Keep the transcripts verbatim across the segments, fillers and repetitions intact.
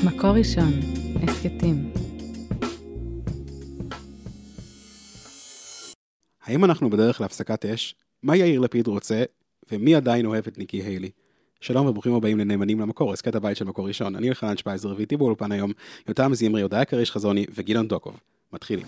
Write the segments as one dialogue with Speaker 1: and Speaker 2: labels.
Speaker 1: מקור ראשון, הסקטים.
Speaker 2: האם אנחנו בדרך להפסקת אש? מה יאיר לפיד רוצה? ומי עדיין אוהב את ניקי היילי? שלום וברוכים הבאים לנאמנים למקור, הסקט הבית של מקור ראשון. אני אלחנן שפייזר, ואיתי באולפן היום יותם זמרי, הודיה קריש חזוני וגילון דוקוב. מתחילים.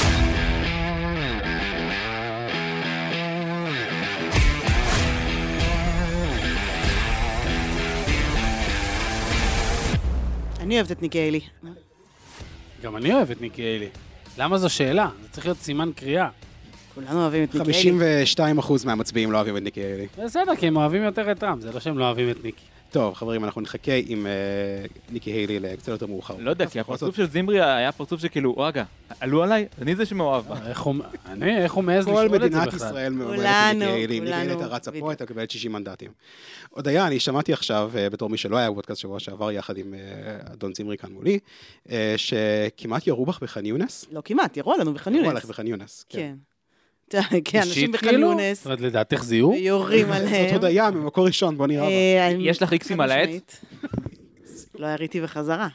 Speaker 3: אני אוהבת את ניקי היילי.
Speaker 4: גם אני אוהב את ניקי היילי. למה זו שאלה? זה צריך להיות סימן קריאה.
Speaker 3: כולנו אוהבים את ניקי היילי.
Speaker 2: חמישים ושתיים אחוז מהמצביעים לא אוהבים את ניקי היילי.
Speaker 4: בסדר, כי הם אוהבים יותר את טראמפ, זה לא שהם לא אוהבים את ניקי.
Speaker 2: טוב, חברים, אנחנו נחכה עם ניקי היילי לקצת יותר מאוחר.
Speaker 5: לא יודע, כי הפרצוף של זמרי היה פרצוף שכאילו, רגע, עלו עליי, אני זה שמאוהב.
Speaker 4: אני, איך הוא מעז לשאול את זה בכלל?
Speaker 2: כל מדינת ישראל מאוהבת את ניקי היילי. ניקי היילי אתה רצה פה, אתה מקבלת שישים מנדטים. הודיה, אני שמעתי עכשיו, בתור מי שלא היה בפודקאסט שבוע שעבר, יחד עם אדון זמרי כאן מולי, שכמעט ירו בך בח'אן יונס.
Speaker 3: לא כמעט, ירו עלינו בח'אן יונס.
Speaker 2: ירו עליך בח'אן יונס, כן.
Speaker 3: כן, אנשים בח'אן יונס.
Speaker 4: זאת אומרת, לדעתך זיהו?
Speaker 3: יורים עליהם.
Speaker 2: זאת הודיה ממקור ראשון, בוא נראה בה.
Speaker 5: יש לך איקסים על העט?
Speaker 3: לא יריתי בחזרה.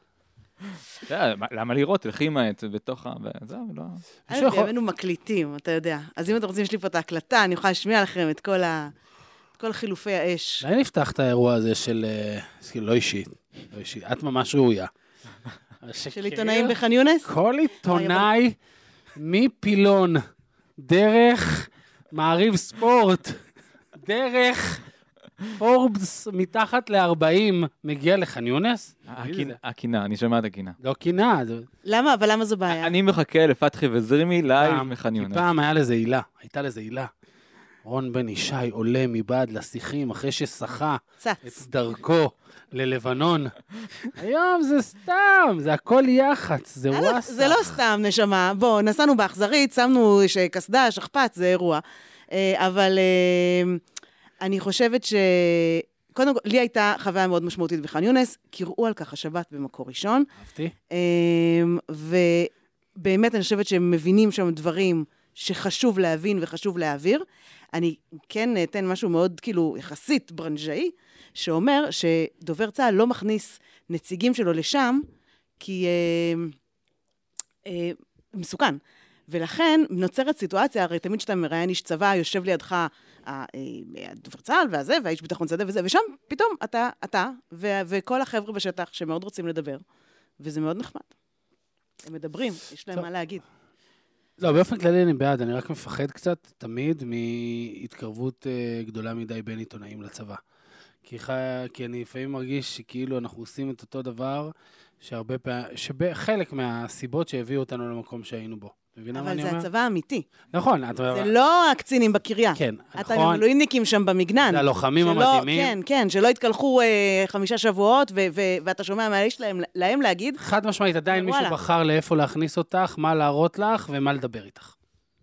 Speaker 5: למה לראות? תלכי עם העט בתוך ה... זהו, לא...
Speaker 3: אז הבאנו מקליטים, אתה יודע. אז אם אתם רוצים לשליף את ההקלטה, אני יכולה להשמיע לכם את כל חילופי האש.
Speaker 4: אולי נפתח את האירוע הזה של... לא אישית. את ממש ראויה.
Speaker 3: של עיתונאים בח'אן יונס?
Speaker 4: כל עיתונאי מפילון, דרך מעריב ספורט, דרך פורבס מתחת ל-ארבעים, מגיע לח'אן יונס?
Speaker 5: הקינה, אני שומע את הקינה.
Speaker 4: לא קינה.
Speaker 3: למה? אבל למה זו בעיה?
Speaker 5: אני מחכה לפתחי וזרימי לייב מח'אן יונס.
Speaker 4: כי פעם היה לזה עילה, הייתה לזה עילה. רון בן ישי עולה מבעד לשיחים אחרי ששחה את דרכו ללבנון. היום זה סתם, זה הכל יח"צ, זה וואסה.
Speaker 3: זה לא סתם, נשמה. בוא, נסענו באכזרית, שמנו קסדה, שכפ"ץ, זה אירוע. אבל אני חושבת ש... קודם כל, לי הייתה חוויה מאוד משמעותית בח'אן יונס, קראו על כך השבת במקור ראשון.
Speaker 4: אהבתי.
Speaker 3: ובאמת אני חושבת שהם מבינים שם דברים שחשוב להבין וחשוב להעביר. אני כן אתן משהו מאוד כאילו יחסית ברנז'אי, שאומר שדובר צה"ל לא מכניס נציגים שלו לשם, כי אה, אה, מסוכן. ולכן נוצרת סיטואציה, הרי תמיד שאתה מראיין איש צבא, יושב לידך הדובר צה"ל והזה, והאיש ביטחון שדה וזה, ושם פתאום אתה, אתה ו- וכל החבר'ה בשטח שמאוד רוצים לדבר, וזה מאוד נחמד. הם מדברים, יש להם מה להגיד.
Speaker 4: לא, באופן כללי אני בעד, אני רק מפחד קצת תמיד מהתקרבות גדולה מדי בין עיתונאים לצבא. כי, כי אני לפעמים מרגיש שכאילו אנחנו עושים את אותו דבר, שהרבה פעמים, שבחלק מהסיבות שהביאו אותנו למקום שהיינו בו.
Speaker 3: אבל זה הצבא האמיתי.
Speaker 4: נכון.
Speaker 3: זה לא הקצינים בקריה.
Speaker 4: כן,
Speaker 3: נכון. אתה מילואימניקים שם במגנן.
Speaker 4: זה הלוחמים המתאימים.
Speaker 3: כן, כן, שלא התקלחו חמישה שבועות, ואתה שומע מה יש להם להגיד.
Speaker 4: חד משמעית, עדיין מישהו בחר לאיפה להכניס אותך, מה להראות לך ומה לדבר איתך.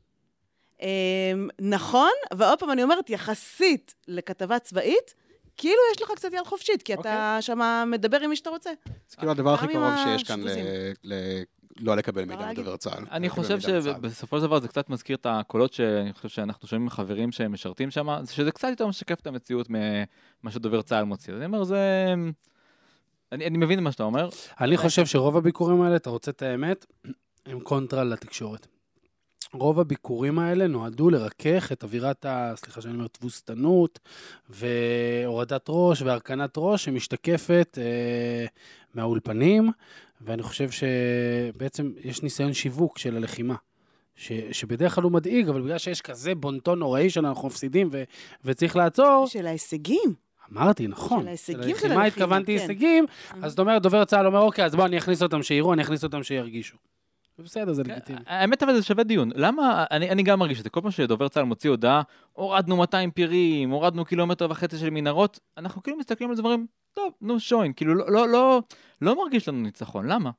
Speaker 3: נכון, ועוד פעם אני אומרת, יחסית לכתבה צבאית, כאילו יש לך קצת יד חופשית, כי אתה שם מדבר עם מי שאתה רוצה.
Speaker 2: זה כאילו הדבר הכי קרוב שיש כאן לא לקבל מידע מדבר צה"ל.
Speaker 5: אני חושב שבסופו של דבר זה קצת מזכיר את הקולות שאני חושב שאנחנו שומעים מחברים שהם משרתים שם, שזה קצת יותר משקף את המציאות ממה שדובר צה"ל מוציא. אני אומר, זה... אני מבין מה שאתה אומר.
Speaker 4: אני חושב שרוב הביקורים האלה, אתה רוצה את האמת, הם קונטרה לתקשורת. רוב הביקורים האלה נועדו לרכך את אווירת ה... סליחה שאני אומר, תבוסתנות, והורדת ראש והרכנת ראש שמשתקפת אה, מהאולפנים, ואני חושב שבעצם יש ניסיון שיווק של הלחימה, ש, שבדרך כלל הוא מדאיג, אבל בגלל שיש כזה בונטון נוראי שאנחנו מפסידים ו, וצריך לעצור...
Speaker 3: של ההישגים.
Speaker 4: אמרתי, נכון.
Speaker 3: של ההישגים של
Speaker 4: הלחימה. התכוונתי כן. הישגים, אז זאת אומרת, דובר צה"ל אומר, אוקיי, אז בוא, אני אכניס אותם שיראו, אני אכניס אותם שירגישו. בסדר, זה לגיטימי.
Speaker 5: האמת אבל זה שווה דיון. למה, אני, אני גם מרגיש את זה, כל פעם שדובר צה"ל מוציא הודעה, הורדנו מאתיים פירים, הורדנו קילומטר וחצי של מנהרות, אנחנו כאילו מסתכלים על דברים, טוב, נו שוין, כאילו לא, לא, לא, לא מרגיש לנו ניצחון, למה?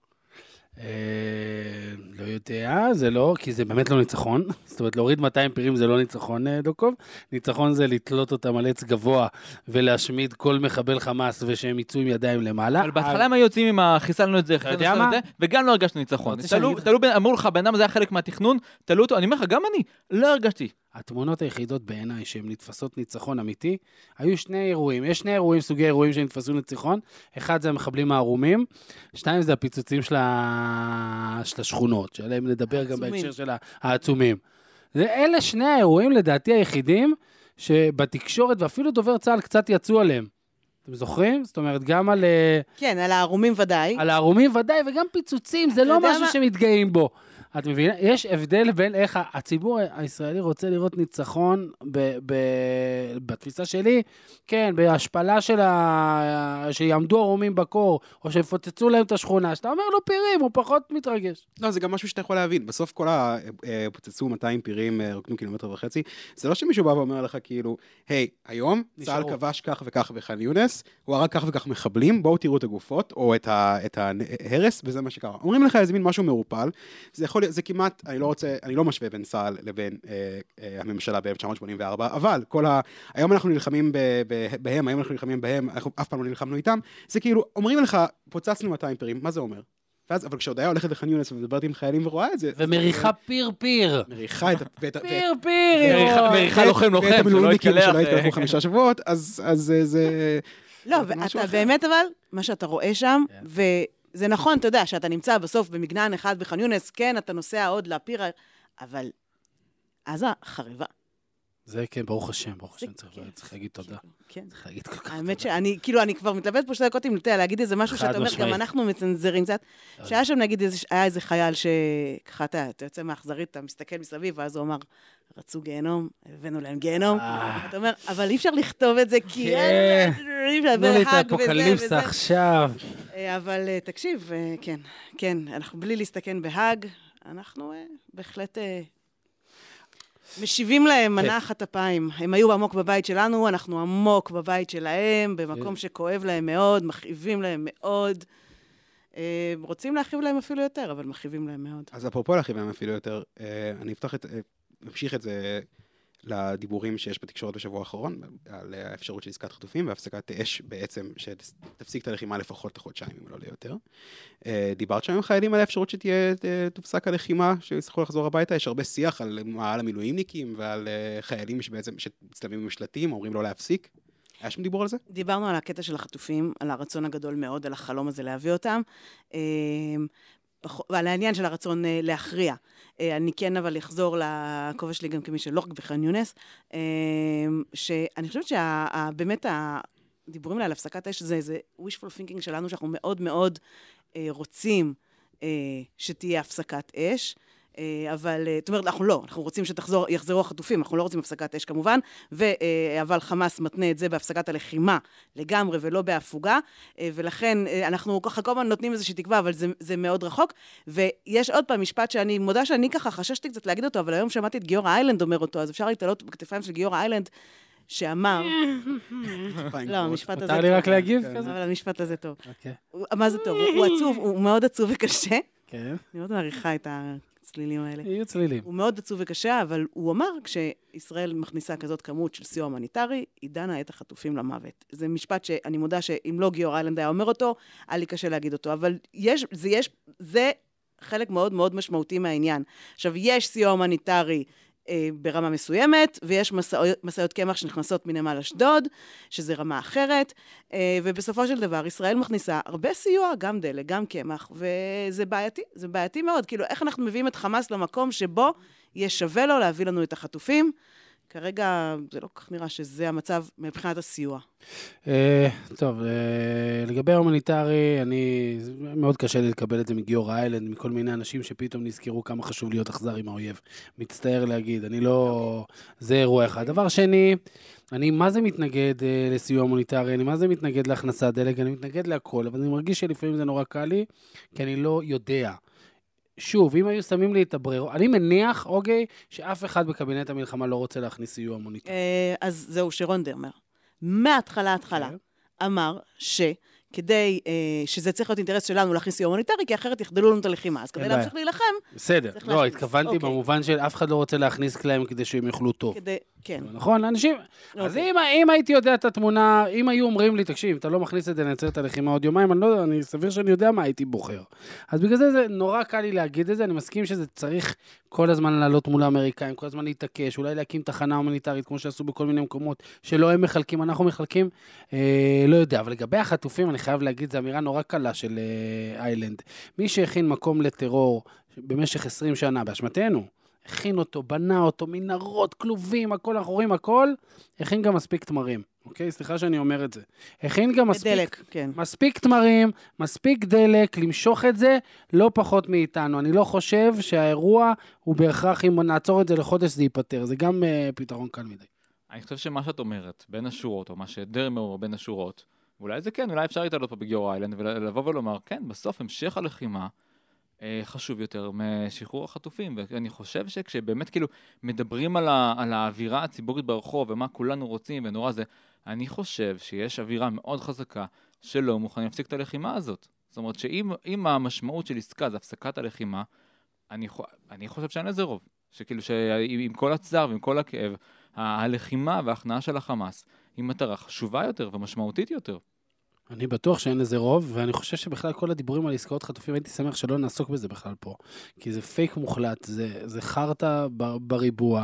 Speaker 4: לא יודע, זה לא, כי זה באמת לא ניצחון, זאת אומרת, להוריד מאתיים פירים זה לא ניצחון, דוקוב, ניצחון זה לתלות אותם על עץ גבוה, ולהשמיד כל מחבל חמאס, ושהם יצאו עם ידיים למעלה.
Speaker 5: אבל בהתחלה הם היו יוצאים עם החיסלנו את זה, חיסלנו את זה, וגם לא הרגשנו ניצחון. אמרו לך, בן אדם זה היה חלק מהתכנון, תלו אותו, אני אומר לך, גם אני, לא הרגשתי.
Speaker 4: התמונות היחידות בעיניי שהן נתפסות ניצחון אמיתי, היו שני אירועים, יש שני אירועים, סוגי אירועים שנתפסו ניצחון, אחד זה המחבלים הערומים, שתיים זה הפיצוצים של, ה... של השכונות, שעליהם נדבר גם בהקשר של העצומים. אלה שני האירועים לדעתי היחידים, שבתקשורת ואפילו דובר צה"ל קצת יצאו עליהם. אתם זוכרים? זאת אומרת, גם על...
Speaker 3: כן, על הערומים ודאי.
Speaker 4: על הערומים ודאי, וגם פיצוצים, זה לא משהו מה... שמתגאים בו. את מבינה? יש הבדל בין איך הציבור הישראלי רוצה לראות ניצחון ב, ב, בתפיסה שלי, כן, בהשפלה של ה... שיעמדו ערומים בקור, או שיפוצצו להם את השכונה, שאתה אומר לו פירים, הוא פחות מתרגש.
Speaker 2: לא, זה גם משהו שאתה יכול להבין. בסוף כל הפוצצו מאתיים פירים, רוקנו קילומטר וחצי, זה לא שמישהו בא ואומר לך כאילו, היי, היום צה"ל כבש כך וכך בח'אן יונס, הוא הרג כך וכך מחבלים, בואו תראו את הגופות, או את, ה, את ההרס, וזה מה שקרה. אומרים לך איזה מין משהו מעורפל, זה יכול זה כמעט, אני לא רוצה, אני לא משווה בין צה"ל לבין אה, אה, הממשלה ב-אלף תשע מאות שמונים וארבע, אבל כל ה... היום אנחנו נלחמים ב- ב- בהם, היום אנחנו נלחמים בהם, אנחנו אף פעם לא נלחמנו איתם, זה כאילו, אומרים לך, פוצצנו מאתיים פירים, מה זה אומר? ואז, אבל כשהודיה הולכת לח'אן יונס ומדברת עם חיילים ורואה את זה...
Speaker 4: ומריחה פיר פיר.
Speaker 2: מריחה את...
Speaker 4: פיר פיר!
Speaker 5: מריחה לוחם לוחם,
Speaker 2: ואת המילואימניקים שלא התקלחו חמישה שבועות, אז זה...
Speaker 3: לא, ואתה באמת אבל, מה שאתה רואה שם, ו... זה נכון, אתה יודע, שאתה נמצא בסוף במגנן אחד בח'אן יונס, כן, אתה נוסע עוד לפיר, אבל עזה חרבה.
Speaker 4: זה כן, ברוך השם, ברוך השם, צריך להגיד תודה.
Speaker 3: כן.
Speaker 4: צריך להגיד כל כך תודה.
Speaker 3: האמת שאני, כאילו, אני כבר מתלבט פה שתי דקות עם נטע, להגיד איזה משהו שאתה אומר, גם אנחנו מצנזרים קצת, שהיה שם, נגיד, היה איזה חייל שככה, אתה יוצא מהאכזרית, אתה מסתכל מסביב, ואז הוא אמר, רצו גיהנום, הבאנו להם גיהנום. אתה אומר, אבל אי אפשר לכתוב את זה, כי
Speaker 4: תנו לי את האפוקליפסה עכשיו.
Speaker 3: אבל תקשיב, כן, כן, אנחנו בלי להסתכן בהאג, אנחנו בהחלט משיבים להם מנה אחת אפיים. הם היו עמוק בבית שלנו, אנחנו עמוק בבית שלהם, במקום שכואב להם מאוד, מכאיבים להם מאוד. רוצים להכאיב להם אפילו יותר, אבל מכאיבים להם מאוד.
Speaker 2: אז אפרופו להכאיב להם אפילו יותר, אני אפתח את, אמשיך את זה לדיבורים שיש בתקשורת בשבוע האחרון, על האפשרות של עסקת חטופים, והפסקת אש בעצם, שתפסיק את הלחימה לפחות לחודשיים, אם לא ליותר. דיברת שם עם חיילים על האפשרות שתהיה, תופסק הלחימה, שיצטרכו לחזור הביתה, יש הרבה שיח על מעל המילואימניקים, ועל חיילים שבעצם, שמצטלמים במשלטים, אומרים לא להפסיק. היה שם דיבור על זה?
Speaker 3: דיברנו על הקטע של החטופים, על הרצון הגדול מאוד, על החלום הזה להביא אותם. ועל העניין של הרצון להכריע. אני כן אבל אחזור לכובע שלי גם כמי שלא רק בח'אן יונס, שאני חושבת שבאמת הדיבורים האלה על הפסקת האש זה איזה wishful thinking שלנו, שאנחנו מאוד מאוד רוצים שתהיה הפסקת אש, אבל, זאת אומרת, אנחנו לא, אנחנו רוצים שתחזור, יחזרו החטופים, אנחנו לא רוצים הפסקת אש כמובן, אבל חמאס מתנה את זה בהפסקת הלחימה לגמרי ולא בהפוגה, ולכן אנחנו ככה כל הזמן נותנים איזושהי תקווה, אבל זה, זה מאוד רחוק, ויש עוד פעם משפט שאני מודה שאני ככה חששתי קצת להגיד אותו, אבל היום שמעתי את גיורא איילנד אומר אותו, אז אפשר להתעלות בכתפיים של גיורא איילנד, שאמר, לא, המשפט הזה טוב.
Speaker 4: מותר לי רק להגיב כזה?
Speaker 3: אבל המשפט הזה טוב. מה זה טוב? הוא עצוב, הוא מאוד עצוב וקשה. כן. אני מאוד מעריכה את ה... צלילים האלה.
Speaker 4: יהיו צלילים.
Speaker 3: הוא מאוד עצוב וקשה, אבל הוא אמר, כשישראל מכניסה כזאת כמות של סיוע הומניטרי, היא דנה את החטופים למוות. זה משפט שאני מודה שאם לא גיורא איילנד היה אומר אותו, היה לי קשה להגיד אותו, אבל יש, זה, יש, זה חלק מאוד מאוד משמעותי מהעניין. עכשיו, יש סיוע הומניטרי אה, ברמה מסוימת, ויש מסעות, מסעות קמח שנכנסות מנמל אשדוד, שזה רמה אחרת, אה, ובסופו של דבר, ישראל מכניסה הרבה סיוע, גם דלק, גם קמח, וזה בעייתי, זה בעייתי מאוד. כאילו, איך אנחנו מביאים את חמאס למקום שבו יהיה שווה לו להביא לנו את החטופים? כרגע זה לא כך נראה שזה המצב מבחינת הסיוע.
Speaker 4: טוב, לגבי ההומניטרי, אני, מאוד קשה לי לקבל את זה מגיורא איילנד, מכל מיני אנשים שפתאום נזכרו כמה חשוב להיות אכזר עם האויב. מצטער להגיד, אני לא... זה אירוע אחד. דבר שני, אני מה זה מתנגד לסיוע הומניטרי, אני מה זה מתנגד להכנסת דלק, אני מתנגד להכל, אבל אני מרגיש שלפעמים זה נורא קל לי, כי אני לא יודע. שוב, אם היו שמים לי את הברירה, אני מניח, אוקיי, שאף אחד בקבינט המלחמה לא רוצה להכניס סיוע הומניטרי.
Speaker 3: אז זהו, שרון דרמר. מההתחלה, התחלה, אמר ש... כדי אה, שזה צריך להיות אינטרס שלנו להכניס סיוע הומניטרי, כי אחרת יחדלו לנו את הלחימה. אז כדי
Speaker 4: אין
Speaker 3: להמשיך להילחם,
Speaker 4: בסדר,
Speaker 3: צריך
Speaker 4: לא,
Speaker 3: להכניס.
Speaker 4: התכוונתי
Speaker 3: אוקיי.
Speaker 4: במובן של אף אחד לא רוצה להכניס קלעים כדי שהם יאכלו טוב.
Speaker 3: כדי, כן.
Speaker 4: נכון, אנשים... אז
Speaker 3: אוקיי.
Speaker 4: אם, אם הייתי יודע את התמונה, אם היו אומרים לי, תקשיב, אתה לא מכניס את זה, נעצר את הלחימה עוד יומיים, אני לא יודע, אני סביר שאני יודע מה הייתי בוחר. אז בגלל זה זה נורא קל לי להגיד את זה, אני מסכים שזה צריך כל הזמן לעלות מול האמריקאים, כל הזמן להתעקש, אולי להקים תחנה הומניטרית, כמו שעשו בכל מיני מקומות, שלא הם מחלקים, אנחנו מחלקים, אה, לא יודע, אבל לגבי החטופים, אני חייב להגיד, זו אמירה נורא קלה של אה, איילנד. מי שהכין מקום לטרור במשך עשרים שנה, באשמתנו, הכין אותו, בנה אותו, מנהרות, כלובים, הכל, אנחנו רואים הכל, הכין גם מספיק תמרים, אוקיי? סליחה שאני אומר את זה. הכין גם מספיק,
Speaker 3: דלק, כן.
Speaker 4: מספיק תמרים, מספיק דלק, למשוך את זה, לא פחות מאיתנו. אני לא חושב שהאירוע הוא בהכרח, אם נעצור את זה לחודש, זה ייפטר. זה גם uh, פתרון קל מדי.
Speaker 5: אני חושב שמה שאת אומרת, בין השורות, או מה שדרמר אומר בין השורות, ואולי זה כן, אולי אפשר להתעלות פה בגיור איילנד, ולבוא ולומר, כן, בסוף המשך הלחימה, חשוב יותר משחרור החטופים, ואני חושב שכשבאמת כאילו מדברים על, ה, על האווירה הציבורית ברחוב ומה כולנו רוצים ונורא זה, אני חושב שיש אווירה מאוד חזקה שלא מוכנים להפסיק את הלחימה הזאת. זאת אומרת שאם המשמעות של עסקה זה הפסקת הלחימה, אני, אני חושב שאין לזה רוב. שכאילו שעם כל הצער ועם כל הכאב, הלחימה וההכנעה של החמאס היא מטרה חשובה יותר ומשמעותית יותר.
Speaker 4: אני בטוח שאין לזה רוב, ואני חושב שבכלל כל הדיבורים על עסקאות חטופים, הייתי שמח שלא נעסוק בזה בכלל פה, כי זה פייק מוחלט, זה, זה חרטה בריבוע,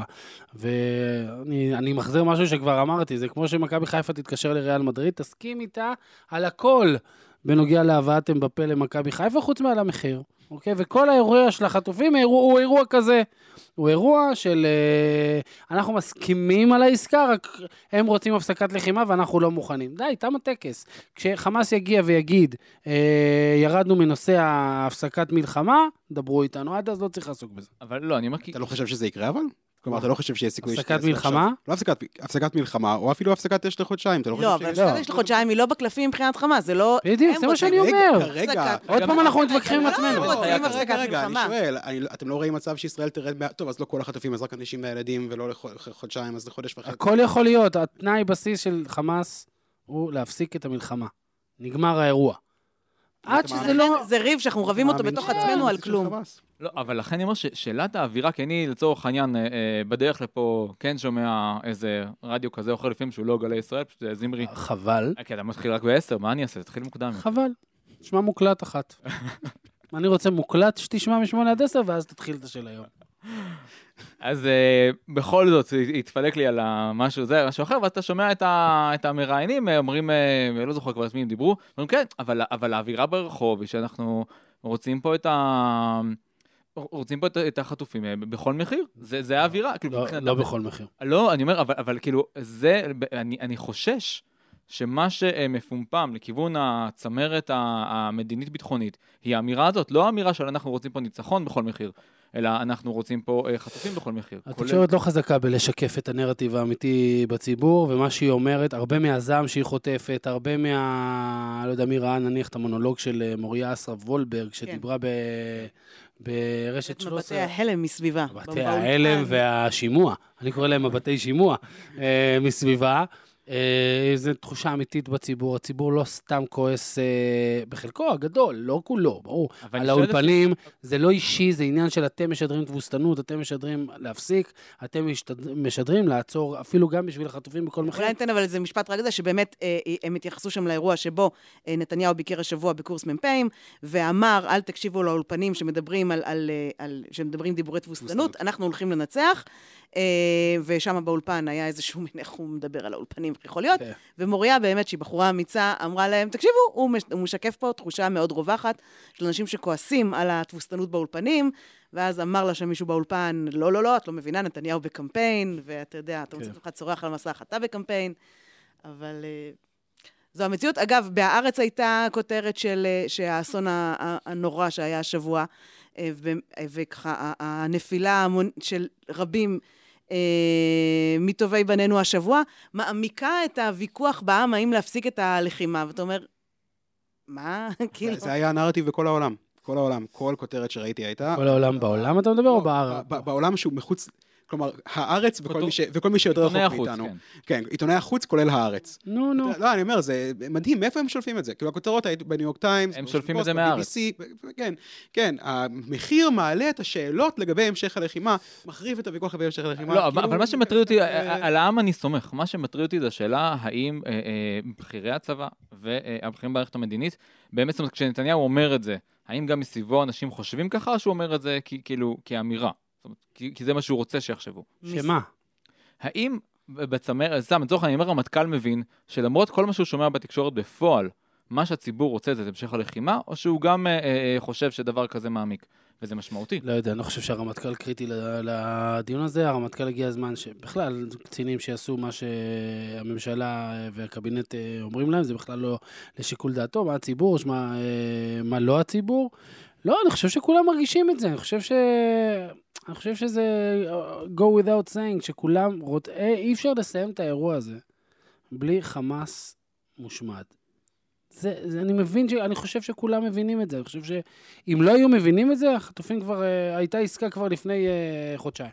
Speaker 4: ואני אני מחזיר משהו שכבר אמרתי, זה כמו שמכבי חיפה תתקשר לריאל מדריד, תסכים איתה על הכל, בנוגע להבאת אמבפה למכבי חיפה, חוץ מעל המחיר, אוקיי? וכל האירוע של החטופים הוא אירוע כזה, הוא אירוע של, אנחנו מסכימים על העסקה, רק הם רוצים הפסקת לחימה ואנחנו לא מוכנים. די, תם הטקס. כשחמאס יגיע ויגיד, ירדנו מנושא ההפסקת מלחמה, דברו איתנו, עד אז לא צריך לעסוק בזה.
Speaker 5: אבל לא, אני אומר כי...
Speaker 2: אתה לא חושב שזה יקרה אבל? כלומר, אתה לא חושב שיש סיכוי...
Speaker 4: הפסקת מלחמה?
Speaker 2: לא הפסקת מלחמה, או אפילו הפסקת אש לחודשיים.
Speaker 3: לא, אבל הפסקת אש לחודשיים היא לא בקלפים מבחינת חמאס, זה לא...
Speaker 4: בדיוק, זה מה שאני אומר.
Speaker 2: רגע,
Speaker 4: עוד פעם אנחנו מתווכחים עם עצמנו.
Speaker 2: רגע, רגע, אני שואל, אתם לא רואים מצב שישראל תרד... טוב, אז לא כל החטופים, אז רק אנשים והילדים, ולא לחודשיים, אז לחודש וחצי.
Speaker 4: הכל יכול להיות, התנאי בסיס של חמאס הוא להפסיק את המלחמה. נגמר האירוע. עד שזה לא...
Speaker 3: זה ריב שאנחנו רבים אותו בתוך עצמנו על כלום.
Speaker 5: לא, אבל לכן אני אומר ששאלת האווירה, כי אני לצורך העניין בדרך לפה כן שומע איזה רדיו כזה או אחר לפעמים שהוא לא גלי ישראל, פשוט זמרי.
Speaker 4: חבל.
Speaker 5: כי אתה מתחיל רק בעשר, מה אני אעשה? תתחיל מוקדם.
Speaker 4: חבל. תשמע מוקלט אחת. אני רוצה מוקלט שתשמע משמונה עד עשר, ואז תתחיל את השאלה היום.
Speaker 5: אז בכל זאת, התפלק לי על משהו זה, משהו אחר, ואז אתה שומע את המראיינים, אומרים, לא זוכר כבר את מי הם דיברו, אומרים כן, אבל האווירה ברחוב היא שאנחנו רוצים פה את ה... רוצים פה את החטופים בכל מחיר, זה האווירה.
Speaker 4: לא בכל מחיר.
Speaker 5: לא, אני אומר, אבל כאילו, זה, אני חושש שמה שמפומפם לכיוון הצמרת המדינית-ביטחונית, היא האמירה הזאת, לא האמירה של אנחנו רוצים פה ניצחון בכל מחיר, אלא אנחנו רוצים פה חטופים בכל מחיר.
Speaker 4: התקשורת לא חזקה בלשקף את הנרטיב האמיתי בציבור, ומה שהיא אומרת, הרבה מהזעם שהיא חוטפת, הרבה מה... לא יודע מי ראה נניח את המונולוג של מוריה אסרף וולברג, שדיברה ב... ברשת שלוש עשרה.
Speaker 3: בתי ההלם מסביבה.
Speaker 4: בתי ההלם והשימוע, אני קורא להם הבתי שימוע מסביבה. זו תחושה אמיתית בציבור, הציבור לא סתם כועס בחלקו הגדול, לא כולו, ברור. על האולפנים זה לא אישי, זה עניין של אתם משדרים תבוסתנות, אתם משדרים להפסיק, אתם משדרים לעצור, אפילו גם בשביל החטופים בכל מחיר.
Speaker 3: אולי ניתן אבל איזה משפט רק זה, שבאמת הם התייחסו שם לאירוע שבו נתניהו ביקר השבוע בקורס מ"פים, ואמר, אל תקשיבו לאולפנים שמדברים על, שמדברים דיבורי תבוסתנות, אנחנו הולכים לנצח, ושם באולפן היה איזשהו מין איך הוא מדבר על האולפנים, יכול להיות, ומוריה באמת שהיא בחורה אמיצה אמרה להם, תקשיבו, הוא משקף פה תחושה מאוד רווחת של אנשים שכועסים על התבוסתנות באולפנים, ואז אמר לה שם מישהו באולפן, לא, לא, לא, את לא מבינה, נתניהו בקמפיין, ואתה יודע, אתה רוצה לך צורח על מסך, אתה בקמפיין, אבל זו המציאות. אגב, בהארץ הייתה כותרת של שהאסון הנורא שהיה השבוע, וככה, הנפילה של רבים מטובי בנינו השבוע, מעמיקה את הוויכוח בעם, האם להפסיק את הלחימה, ואתה אומר, מה?
Speaker 2: זה היה הנרטיב בכל העולם, כל העולם, כל כותרת שראיתי הייתה.
Speaker 4: כל העולם בעולם אתה מדבר או בארץ?
Speaker 2: בעולם שהוא מחוץ, כלומר, הארץ וכל מי ש- וכל מי שיותר
Speaker 5: עיתוני
Speaker 2: רחוק
Speaker 5: החוץ,
Speaker 2: מאיתנו.
Speaker 5: כן.
Speaker 2: כן, עיתוני החוץ כולל הארץ.
Speaker 4: נו, נו.
Speaker 2: לא, אני אומר, זה מדהים, מאיפה הם שולפים את זה? כאילו, הכותרות היו בניו יורק טיימס,
Speaker 5: הם שולפים את זה מהארץ.
Speaker 2: כן, כן, המחיר מעלה את השאלות לגבי המשך הלחימה, מחריף את הוויכוח לגבי המשך הלחימה.
Speaker 5: לא,
Speaker 2: כאילו,
Speaker 5: אבל מה שמטריד אותי,
Speaker 2: אה,
Speaker 5: על העם אני סומך, מה שמטריד אותי זה השאלה האם אה, אה, בכירי הצבא והבכירים במערכת המדינית, באמת, זאת אומרת, כשנתניהו אומר את זה, האם גם מסביבו אנשים חושבים ככה, או שהוא אומר את זה כ- כאילו כאמירה? זאת אומרת, כי, כי זה מה שהוא רוצה שיחשבו.
Speaker 4: שמה?
Speaker 5: האם בצמרת, סתם, לצורך אני אומר, המטכ"ל מבין שלמרות כל מה שהוא שומע בתקשורת בפועל, מה שהציבור רוצה זה את המשך הלחימה, או שהוא גם אה, אה, חושב שדבר כזה מעמיק, וזה משמעותי.
Speaker 4: לא יודע, אני לא חושב שהרמטכ"ל קריטי לדיון הזה, הרמטכ"ל הגיע הזמן שבכלל קצינים שיעשו מה שהממשלה והקבינט אומרים להם, זה בכלל לא לשיקול דעתו, מה הציבור, מה, מה לא הציבור. לא, אני חושב שכולם מרגישים את זה, אני חושב ש... אני חושב שזה go without saying, שכולם רוצ... אי אפשר לסיים את האירוע הזה בלי חמאס מושמד. זה, זה, אני מבין, ש... אני חושב שכולם מבינים את זה, אני חושב שאם לא היו מבינים את זה, החטופים כבר, אה, הייתה עסקה כבר לפני אה, חודשיים.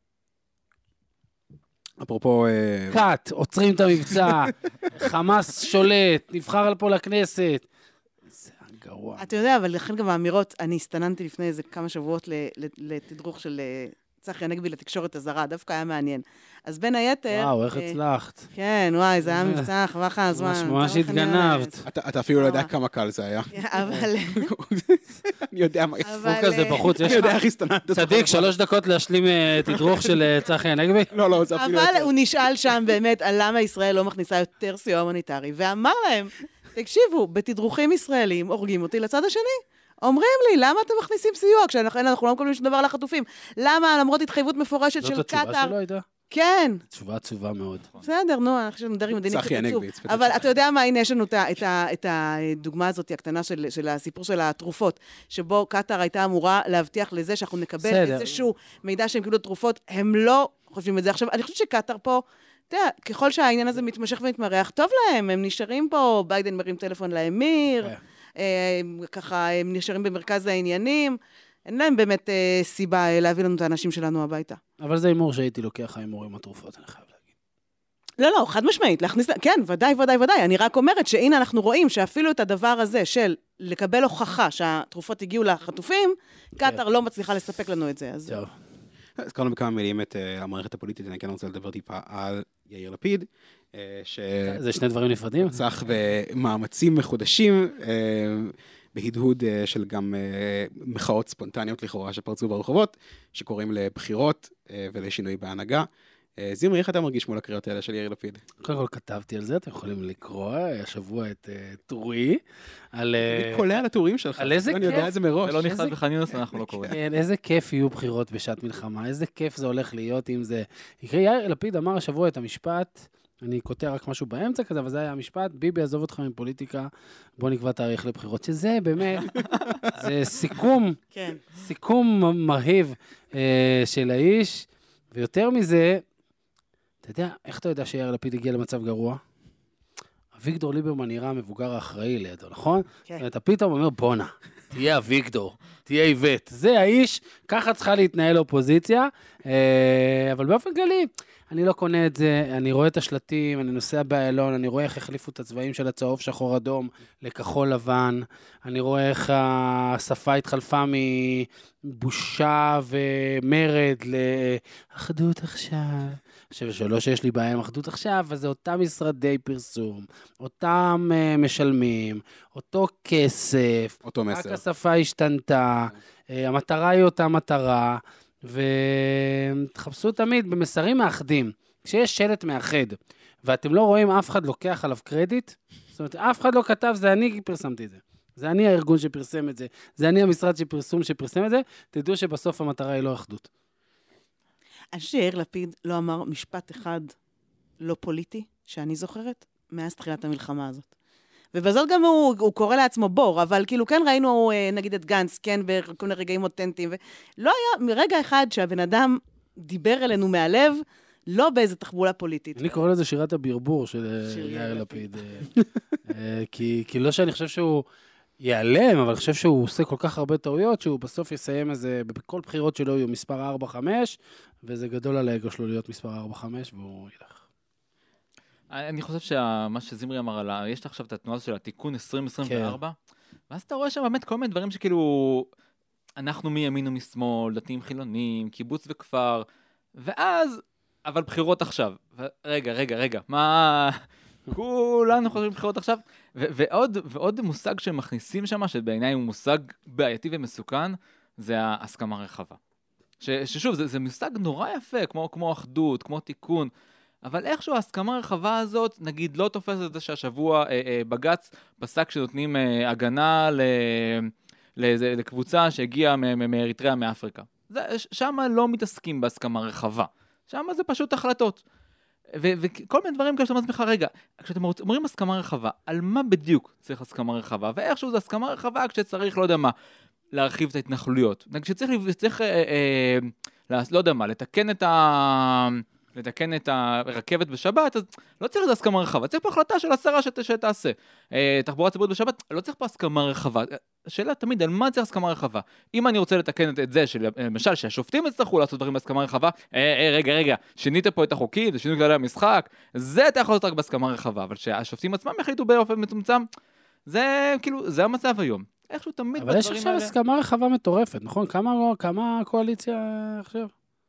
Speaker 2: אפרופו...
Speaker 4: קאט, עוצרים את המבצע, חמאס שולט, נבחר פה לכנסת. זה גרוע.
Speaker 3: אתה יודע, אבל לכן גם האמירות, אני הסתננתי לפני איזה כמה שבועות לתדרוך של צחי הנגבי לתקשורת הזרה, דווקא היה מעניין. אז בין היתר...
Speaker 4: וואו, איך הצלחת.
Speaker 3: כן, וואי, זה היה מבצע, חבל לך הזמן.
Speaker 4: ממש התגנבת.
Speaker 2: אתה אפילו לא יודע כמה קל זה היה.
Speaker 3: אבל...
Speaker 2: אני יודע מה...
Speaker 4: הוא כזה בחוץ, יש
Speaker 2: אני יודע איך הסתננת.
Speaker 4: צדיק, שלוש דקות להשלים תדרוך של צחי הנגבי.
Speaker 2: לא, לא, זה אפילו...
Speaker 3: אבל הוא נשאל שם באמת על למה ישראל לא מכניסה יותר סיוע הומניטרי, ואמר להם, תקשיבו, בתדרוכים ישראלים הורגים אותי לצד השני. אומרים לי, למה אתם מכניסים סיוע כשאנחנו לא מקבלים שום דבר לחטופים? למה, למרות התחייבות מפורשת של קטר?
Speaker 4: זאת התשובה שלו הייתה?
Speaker 3: כן.
Speaker 4: תשובה עצובה מאוד.
Speaker 3: בסדר, נו, אנחנו חושבים דברים מדיניים שקצוב. אבל אתה יודע מה, הנה יש לנו את הדוגמה הזאת, הקטנה של הסיפור של התרופות, שבו קטר הייתה אמורה להבטיח לזה שאנחנו נקבל איזשהו מידע שהם קיבלו תרופות, הם לא חושבים את זה. עכשיו, אני חושבת שקטר פה, אתה יודע, ככל שהעניין הזה מתמשך ומתמרח, טוב להם, הם נשארים פה, ביידן מרים טלפון לאמיר, ככה הם נשארים במרכז העניינים, אין להם באמת אה, סיבה אה, להביא לנו את האנשים שלנו הביתה.
Speaker 4: אבל זה אימור שהייתי לוקח האימור עם התרופות, אני חייב להגיד.
Speaker 3: לא, לא, חד משמעית, להכניס, כן, ודאי, ודאי, ודאי. אני רק אומרת שהנה אנחנו רואים שאפילו את הדבר הזה של לקבל הוכחה שהתרופות הגיעו לחטופים, קטר לא מצליחה לספק לנו את זה. אז...
Speaker 2: טוב. הזכרנו בכמה מילים את uh, המערכת הפוליטית, אני כן רוצה לדבר טיפה על יאיר לפיד, uh, ש...
Speaker 4: זה שני דברים נפרדים?
Speaker 2: צריך במאמצים מחודשים, uh, בהדהוד uh, של גם uh, מחאות ספונטניות לכאורה שפרצו ברחובות, שקוראים לבחירות uh, ולשינוי בהנהגה. Uh, זימרי, איך אתה מרגיש מול הקריאות האלה של יאיר לפיד?
Speaker 4: קודם כל כתבתי על זה, אתם יכולים לקרוא, השבוע את uh, טורי, על...
Speaker 2: אני קולע על הטורים שלך,
Speaker 4: על איזה
Speaker 2: אני יודע את זה מראש.
Speaker 5: זה לא נכתב בחניונס, אנחנו לא קוראים.
Speaker 4: כן, איזה כיף יהיו בחירות בשעת מלחמה, איזה כיף זה הולך להיות אם זה... יאיר לפיד אמר השבוע את המשפט, אני קוטע רק משהו באמצע כזה, אבל זה היה המשפט, ביבי עזוב אותך מפוליטיקה, בוא נקבע תאריך לבחירות, שזה באמת, זה סיכום,
Speaker 3: כן.
Speaker 4: סיכום מרהיב אה, של האיש, ויותר מזה, אתה יודע, איך אתה יודע שיאיר לפיד הגיע למצב גרוע? אביגדור ליברמן נראה המבוגר האחראי לידו, נכון?
Speaker 3: כן.
Speaker 4: אתה פתאום אומר, בונה, תהיה אביגדור, תהיה איבט. זה האיש, ככה צריכה להתנהל אופוזיציה, אבל באופן כללי, אני לא קונה את זה, אני רואה את השלטים, אני נוסע באיילון, אני רואה איך החליפו את הצבעים של הצהוב, שחור אדום, לכחול לבן, אני רואה איך השפה התחלפה מבושה ומרד לאחדות עכשיו. עכשיו, שלא שיש לי בעיה עם אחדות עכשיו, אז זה אותם משרדי פרסום, אותם uh, משלמים, אותו כסף,
Speaker 2: אותו מסר.
Speaker 4: רק השפה השתנתה, uh, המטרה היא אותה מטרה, ותחפשו תמיד במסרים מאחדים. כשיש שלט מאחד, ואתם לא רואים אף אחד לוקח עליו קרדיט, זאת אומרת, אף אחד לא כתב, זה אני פרסמתי את זה. זה אני הארגון שפרסם את זה, זה אני המשרד שפרסום שפרסם את זה, תדעו שבסוף המטרה היא לא אחדות.
Speaker 3: אני חושב שיאיר לפיד לא אמר משפט אחד לא פוליטי, שאני זוכרת, מאז תחילת המלחמה הזאת. ובזאת גם הוא, הוא קורא לעצמו בור, אבל כאילו כן ראינו, נגיד את גנץ, כן, בכל מיני רגעים אותנטיים, ולא היה מרגע אחד שהבן אדם דיבר אלינו מהלב, לא באיזו תחבולה פוליטית.
Speaker 4: אני קורא לזה שירת הברבור של יאיר לפיד. כי לא שאני חושב שהוא ייעלם, אבל אני חושב שהוא עושה כל כך הרבה טעויות, שהוא בסוף יסיים איזה, בכל בחירות שלו יהיו מספר ארבע חמש, וזה גדול על האגו שלו להיות מספר ארבע חמש, והוא ילך.
Speaker 5: אני חושב שמה שזמרי אמר עלה, יש עכשיו את התנועה של התיקון עשרים עשרים וארבע, ואז אתה רואה שם באמת כל מיני דברים שכאילו, אנחנו מימין ומשמאל, דתיים חילונים, קיבוץ וכפר, ואז, אבל בחירות עכשיו. רגע, רגע, רגע, מה... כולנו חושבים בחירות עכשיו, ו- ועוד, ועוד מושג שהם מכניסים שם, שבעיניי הוא מושג בעייתי ומסוכן, זה ההסכמה הרחבה. ש- ששוב, זה, זה מושג נורא יפה, כמו, כמו אחדות, כמו תיקון, אבל איכשהו ההסכמה הרחבה הזאת, נגיד, לא תופסת את זה שהשבוע אה, אה, בגץ פסק שנותנים אה, הגנה ל- לאיזה, לקבוצה שהגיעה מאריתריאה, מאפריקה. זה, שם לא מתעסקים בהסכמה רחבה. שם זה פשוט החלטות. ו- וכל מיני דברים כאלה שאתה אומר לך, רגע, כשאתם אומרים הסכמה רחבה, על מה בדיוק צריך הסכמה רחבה? ואיכשהו זה הסכמה רחבה כשצריך, לא יודע מה, להרחיב את ההתנחלויות. כשצריך, צריך, אה, אה, לא יודע מה, לתקן את ה... לתקן את הרכבת בשבת, אז לא צריך את הסכמה רחבה, צריך פה החלטה של השרה שת, שתעשה. אה, תחבורה ציבורית בשבת, לא צריך פה הסכמה רחבה. השאלה תמיד, על מה צריך הסכמה רחבה? אם אני רוצה לתקן את, את זה, של, למשל, שהשופטים יצטרכו לעשות דברים בהסכמה רחבה, אה, אה, רגע, רגע, שינית פה את החוקים, שינית כללי המשחק, זה אתה יכול לעשות רק בהסכמה רחבה, אבל שהשופטים עצמם יחליטו באופן מצומצם, זה כאילו, זה המצב היום. איכשהו תמיד
Speaker 4: אבל יש עכשיו
Speaker 5: האלה...
Speaker 4: הסכמה רחבה מטורפת, נכון? כמה, כמה קואליציה עכשיו?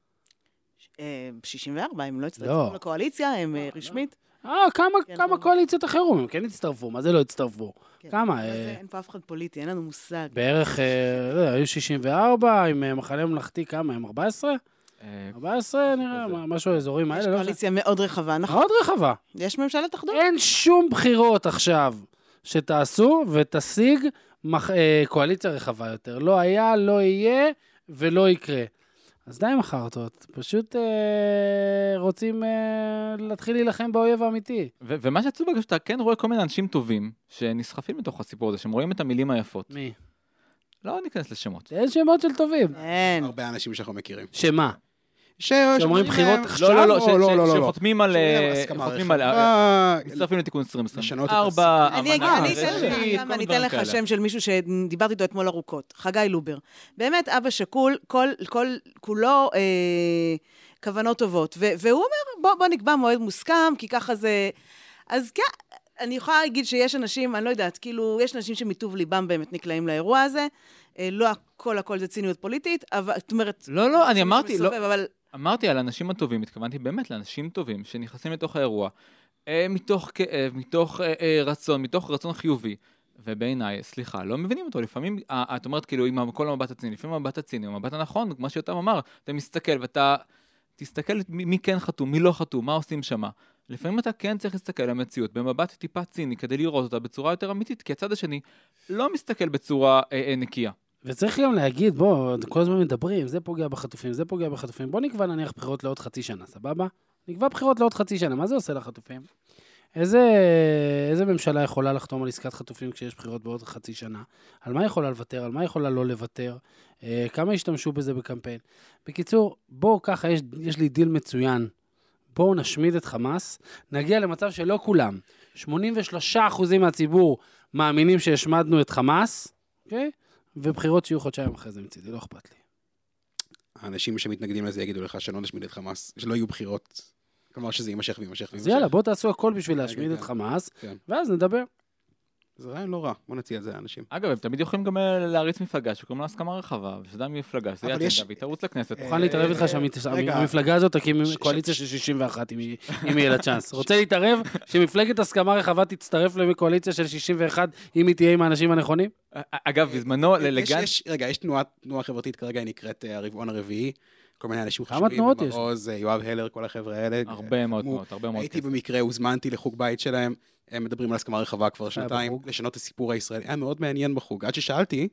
Speaker 3: שישים וארבע, הם לא הצטרפו לקואליציה, הם רשמית.
Speaker 4: אה, כמה קואליציות אחרות, הם כן הצטרפו, מה זה לא הצטרפו? כמה?
Speaker 3: אין פה אף אחד פוליטי, אין לנו מושג.
Speaker 4: בערך, לא יודע, היו שישים וארבע, עם מחנה ממלכתי כמה, עם ארבע עשרה? ארבע עשרה נראה, משהו האזורים האלה.
Speaker 3: יש קואליציה מאוד רחבה, נכון?
Speaker 4: מאוד רחבה.
Speaker 3: יש ממשלת אחדות.
Speaker 4: אין שום בחירות עכשיו שתעשו ותשיג קואליציה רחבה יותר. לא היה, לא יהיה ולא יקרה. אז די מחרטות, פשוט אה, רוצים אה, להתחיל להילחם באויב האמיתי.
Speaker 5: ו- ומה שעצוב בגלל שאתה כן רואה כל מיני אנשים טובים שנסחפים מתוך הסיפור הזה, שהם רואים את המילים היפות.
Speaker 4: מי?
Speaker 5: לא ניכנס לשמות.
Speaker 4: אין שמות של טובים.
Speaker 3: אין.
Speaker 2: הרבה אנשים שאנחנו מכירים.
Speaker 4: שמה?
Speaker 2: שאומרים
Speaker 4: בחירות עכשיו?
Speaker 5: לא, לא,
Speaker 2: לא, לא, לא.
Speaker 5: שחותמים על... חותמים על... מצטרפים לתיקון עשרים עשרים.
Speaker 2: לשנות את
Speaker 5: ארבע,
Speaker 3: אני
Speaker 5: אמנה,
Speaker 3: אגיד,
Speaker 5: ראשית, כל
Speaker 3: אני
Speaker 5: מיני
Speaker 3: אתן לך
Speaker 5: כאלה.
Speaker 3: שם של מישהו שדיברתי איתו אתמול ארוכות, חגי לובר. באמת, אבא שקול, כל, כל, כולו אה, כוונות טובות. ו- והוא אומר, בוא, בוא נקבע מועד מוסכם, כי ככה זה... אז כן, אני יכולה להגיד שיש אנשים, אני לא יודעת, כאילו, יש אנשים שמטוב ליבם באמת נקלעים לאירוע הזה. אה, לא הכל, הכל זה ציניות פוליטית, אבל, זאת אומרת...
Speaker 5: לא, לא, אני אמרתי, לא...
Speaker 3: אבל...
Speaker 5: אמרתי על אנשים הטובים, התכוונתי באמת לאנשים טובים שנכנסים לתוך האירוע, אה, מתוך כאב, מתוך אה, אה, רצון, מתוך רצון חיובי, ובעיניי, סליחה, לא מבינים אותו, לפעמים, אה, את אומרת כאילו, עם כל המבט הציני, לפעמים המבט הציני, המבט הנכון, כמו שיותם אמר, אתה מסתכל ואתה תסתכל מי, מי כן חתום, מי לא חתום, מה עושים שמה. לפעמים אתה כן צריך להסתכל על המציאות, במבט טיפה ציני, כדי לראות אותה בצורה יותר אמיתית, כי הצד השני לא מסתכל בצורה אה, אה, נקייה.
Speaker 4: וצריך גם להגיד, בוא, כל הזמן מדברים, זה פוגע בחטופים, זה פוגע בחטופים, בוא נקבע נניח בחירות לעוד חצי שנה, סבבה? נקבע בחירות לעוד חצי שנה, מה זה עושה לחטופים? איזה, איזה ממשלה יכולה לחתום על עסקת חטופים כשיש בחירות בעוד חצי שנה? על מה יכולה לוותר? על מה יכולה לא לוותר? אה, כמה ישתמשו בזה בקמפיין? בקיצור, בוא ככה, יש, יש לי דיל מצוין. בואו נשמיד את חמאס, נגיע למצב שלא כולם, שמונים ושלושה אחוזים מהציבור מאמינים שהשמדנו את חמאס, אוקיי? ובחירות שיהיו חודשיים אחרי זה מצידי, לא אכפת לי.
Speaker 2: האנשים שמתנגדים לזה יגידו לך שלא נשמיד את חמאס, שלא יהיו בחירות. כלומר שזה יימשך ויימשך.
Speaker 4: אז יאללה, בוא תעשו הכל בשביל להשמיד את חמאס, ואז נדבר.
Speaker 2: זה רעיון לא רע, בוא נציע את זה לאנשים.
Speaker 5: אגב, הם תמיד יכולים גם להריץ מפלגה שקוראים לה הסכמה רחבה, ושזה מפלגה, שזה יהיה אג'נדה, והיא תרוץ לכנסת.
Speaker 4: מוכן להתערב איתך שהמפלגה הזאת תקים קואליציה של שישים ואחת, אם יהיה לה צ'אנס. רוצה להתערב שמפלגת הסכמה רחבה תצטרף לקואליציה של שישים ואחת, אם היא תהיה עם האנשים הנכונים?
Speaker 5: אגב, בזמנו, לגן...
Speaker 2: רגע, יש תנועה חברתית כרגע, היא נקראת הרבעון הרביעי, כל מיני אנשים
Speaker 4: כמה תנועות יש?
Speaker 2: במעוז, יואב הלר, כל החבר'ה האלה.
Speaker 5: הרבה מאוד תנועות, הרבה מאוד כסף.
Speaker 2: הייתי במקרה, הוזמנתי לחוג בית שלהם, הם מדברים על הסכמה רחבה כבר שנתיים, לשנות את הסיפור הישראלי. היה מאוד מעניין בחוג. עד ששאלתי,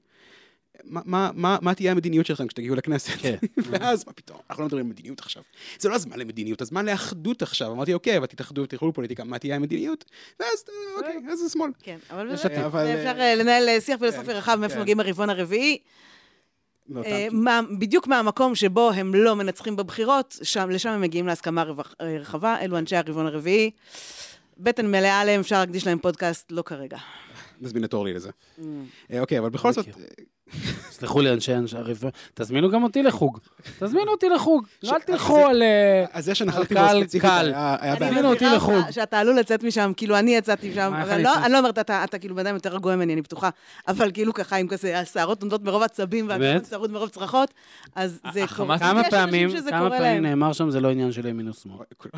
Speaker 2: מה תהיה המדיניות שלכם כשתגיעו לכנסת? ואז, מה פתאום? אנחנו לא מדברים על מדיניות עכשיו. זה לא הזמן למדיניות, הזמן לאחדות עכשיו. אמרתי, אוקיי, אבל תתאחדו, תלכו לפוליטיקה, מה תהיה המדיניות? ואז, אוקיי, אז זה שמאל.
Speaker 3: כן, אבל אפשר לנהל שיח פילוסופי רחב, מאיפה מגיעים הרבעון הרביעי. בדיוק מהמקום שבו הם לא מנצחים בבחירות, לשם הם מגיעים להסכמה רחבה, אלו אנשי הרבעון הרביעי. בטן מלאה עליהם, אפשר להקדיש להם פודקאסט, לא כרגע.
Speaker 2: נזמין את אורלי לזה.
Speaker 3: Mm.
Speaker 2: אה, אוקיי, אבל בכל זאת...
Speaker 4: סלחו לי אנשי אנשי הריב, תזמינו גם אותי לחוג. תזמינו אותי לחוג. לא אל תלכו על...
Speaker 2: אז זה שנחלתי
Speaker 4: קל,
Speaker 2: בו ספציפית
Speaker 4: קל.
Speaker 2: היה היה
Speaker 3: אני
Speaker 2: בעיה.
Speaker 4: תזמינו אותי
Speaker 3: מזכירה
Speaker 4: לחוג.
Speaker 3: אותך שאתה עלול לצאת משם, כאילו אני יצאתי שם,
Speaker 4: מה, איך
Speaker 3: אבל
Speaker 4: אני
Speaker 3: לא,
Speaker 4: אצא?
Speaker 3: אני לא אומרת, אתה אתה כאילו בן יותר רגוע ממני, אני בטוחה, אבל כאילו ככה, עם כזה, השערות נודות מרוב עצבים,
Speaker 4: באמת?
Speaker 3: והכל צרוד מרוב צרחות, אז זה
Speaker 5: החמאס-
Speaker 3: קורה.
Speaker 4: כמה
Speaker 3: יש אנשים
Speaker 4: פעמים,
Speaker 3: שזה
Speaker 4: כמה
Speaker 3: קורה
Speaker 4: פעמים
Speaker 3: להם.
Speaker 4: נאמר שם, זה לא עניין של ימין ושמאל.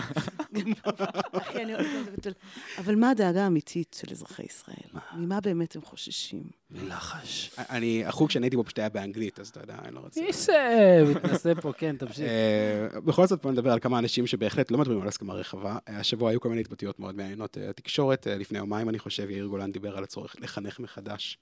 Speaker 3: אחי, אני הולכת לבטל. אבל מה הדאגה האמיתית של אזרחי ישראל? ממה באמת הם חוששים?
Speaker 4: מלחש.
Speaker 2: אני, החוג שאני הייתי בו פשוט היה באנגלית, אז אתה יודע, אני לא רוצה...
Speaker 4: ניסה, מתנסה פה, כן, תמשיך.
Speaker 2: אה, בכל זאת, בוא נדבר על כמה אנשים שבהחלט לא מדברים על הסכמה רחבה. אה, השבוע היו כל מיני התבטאויות מאוד מעניינות. אה, התקשורת, אה, לפני יומיים, אני חושב, יאיר גולן דיבר על הצורך לחנך מחדש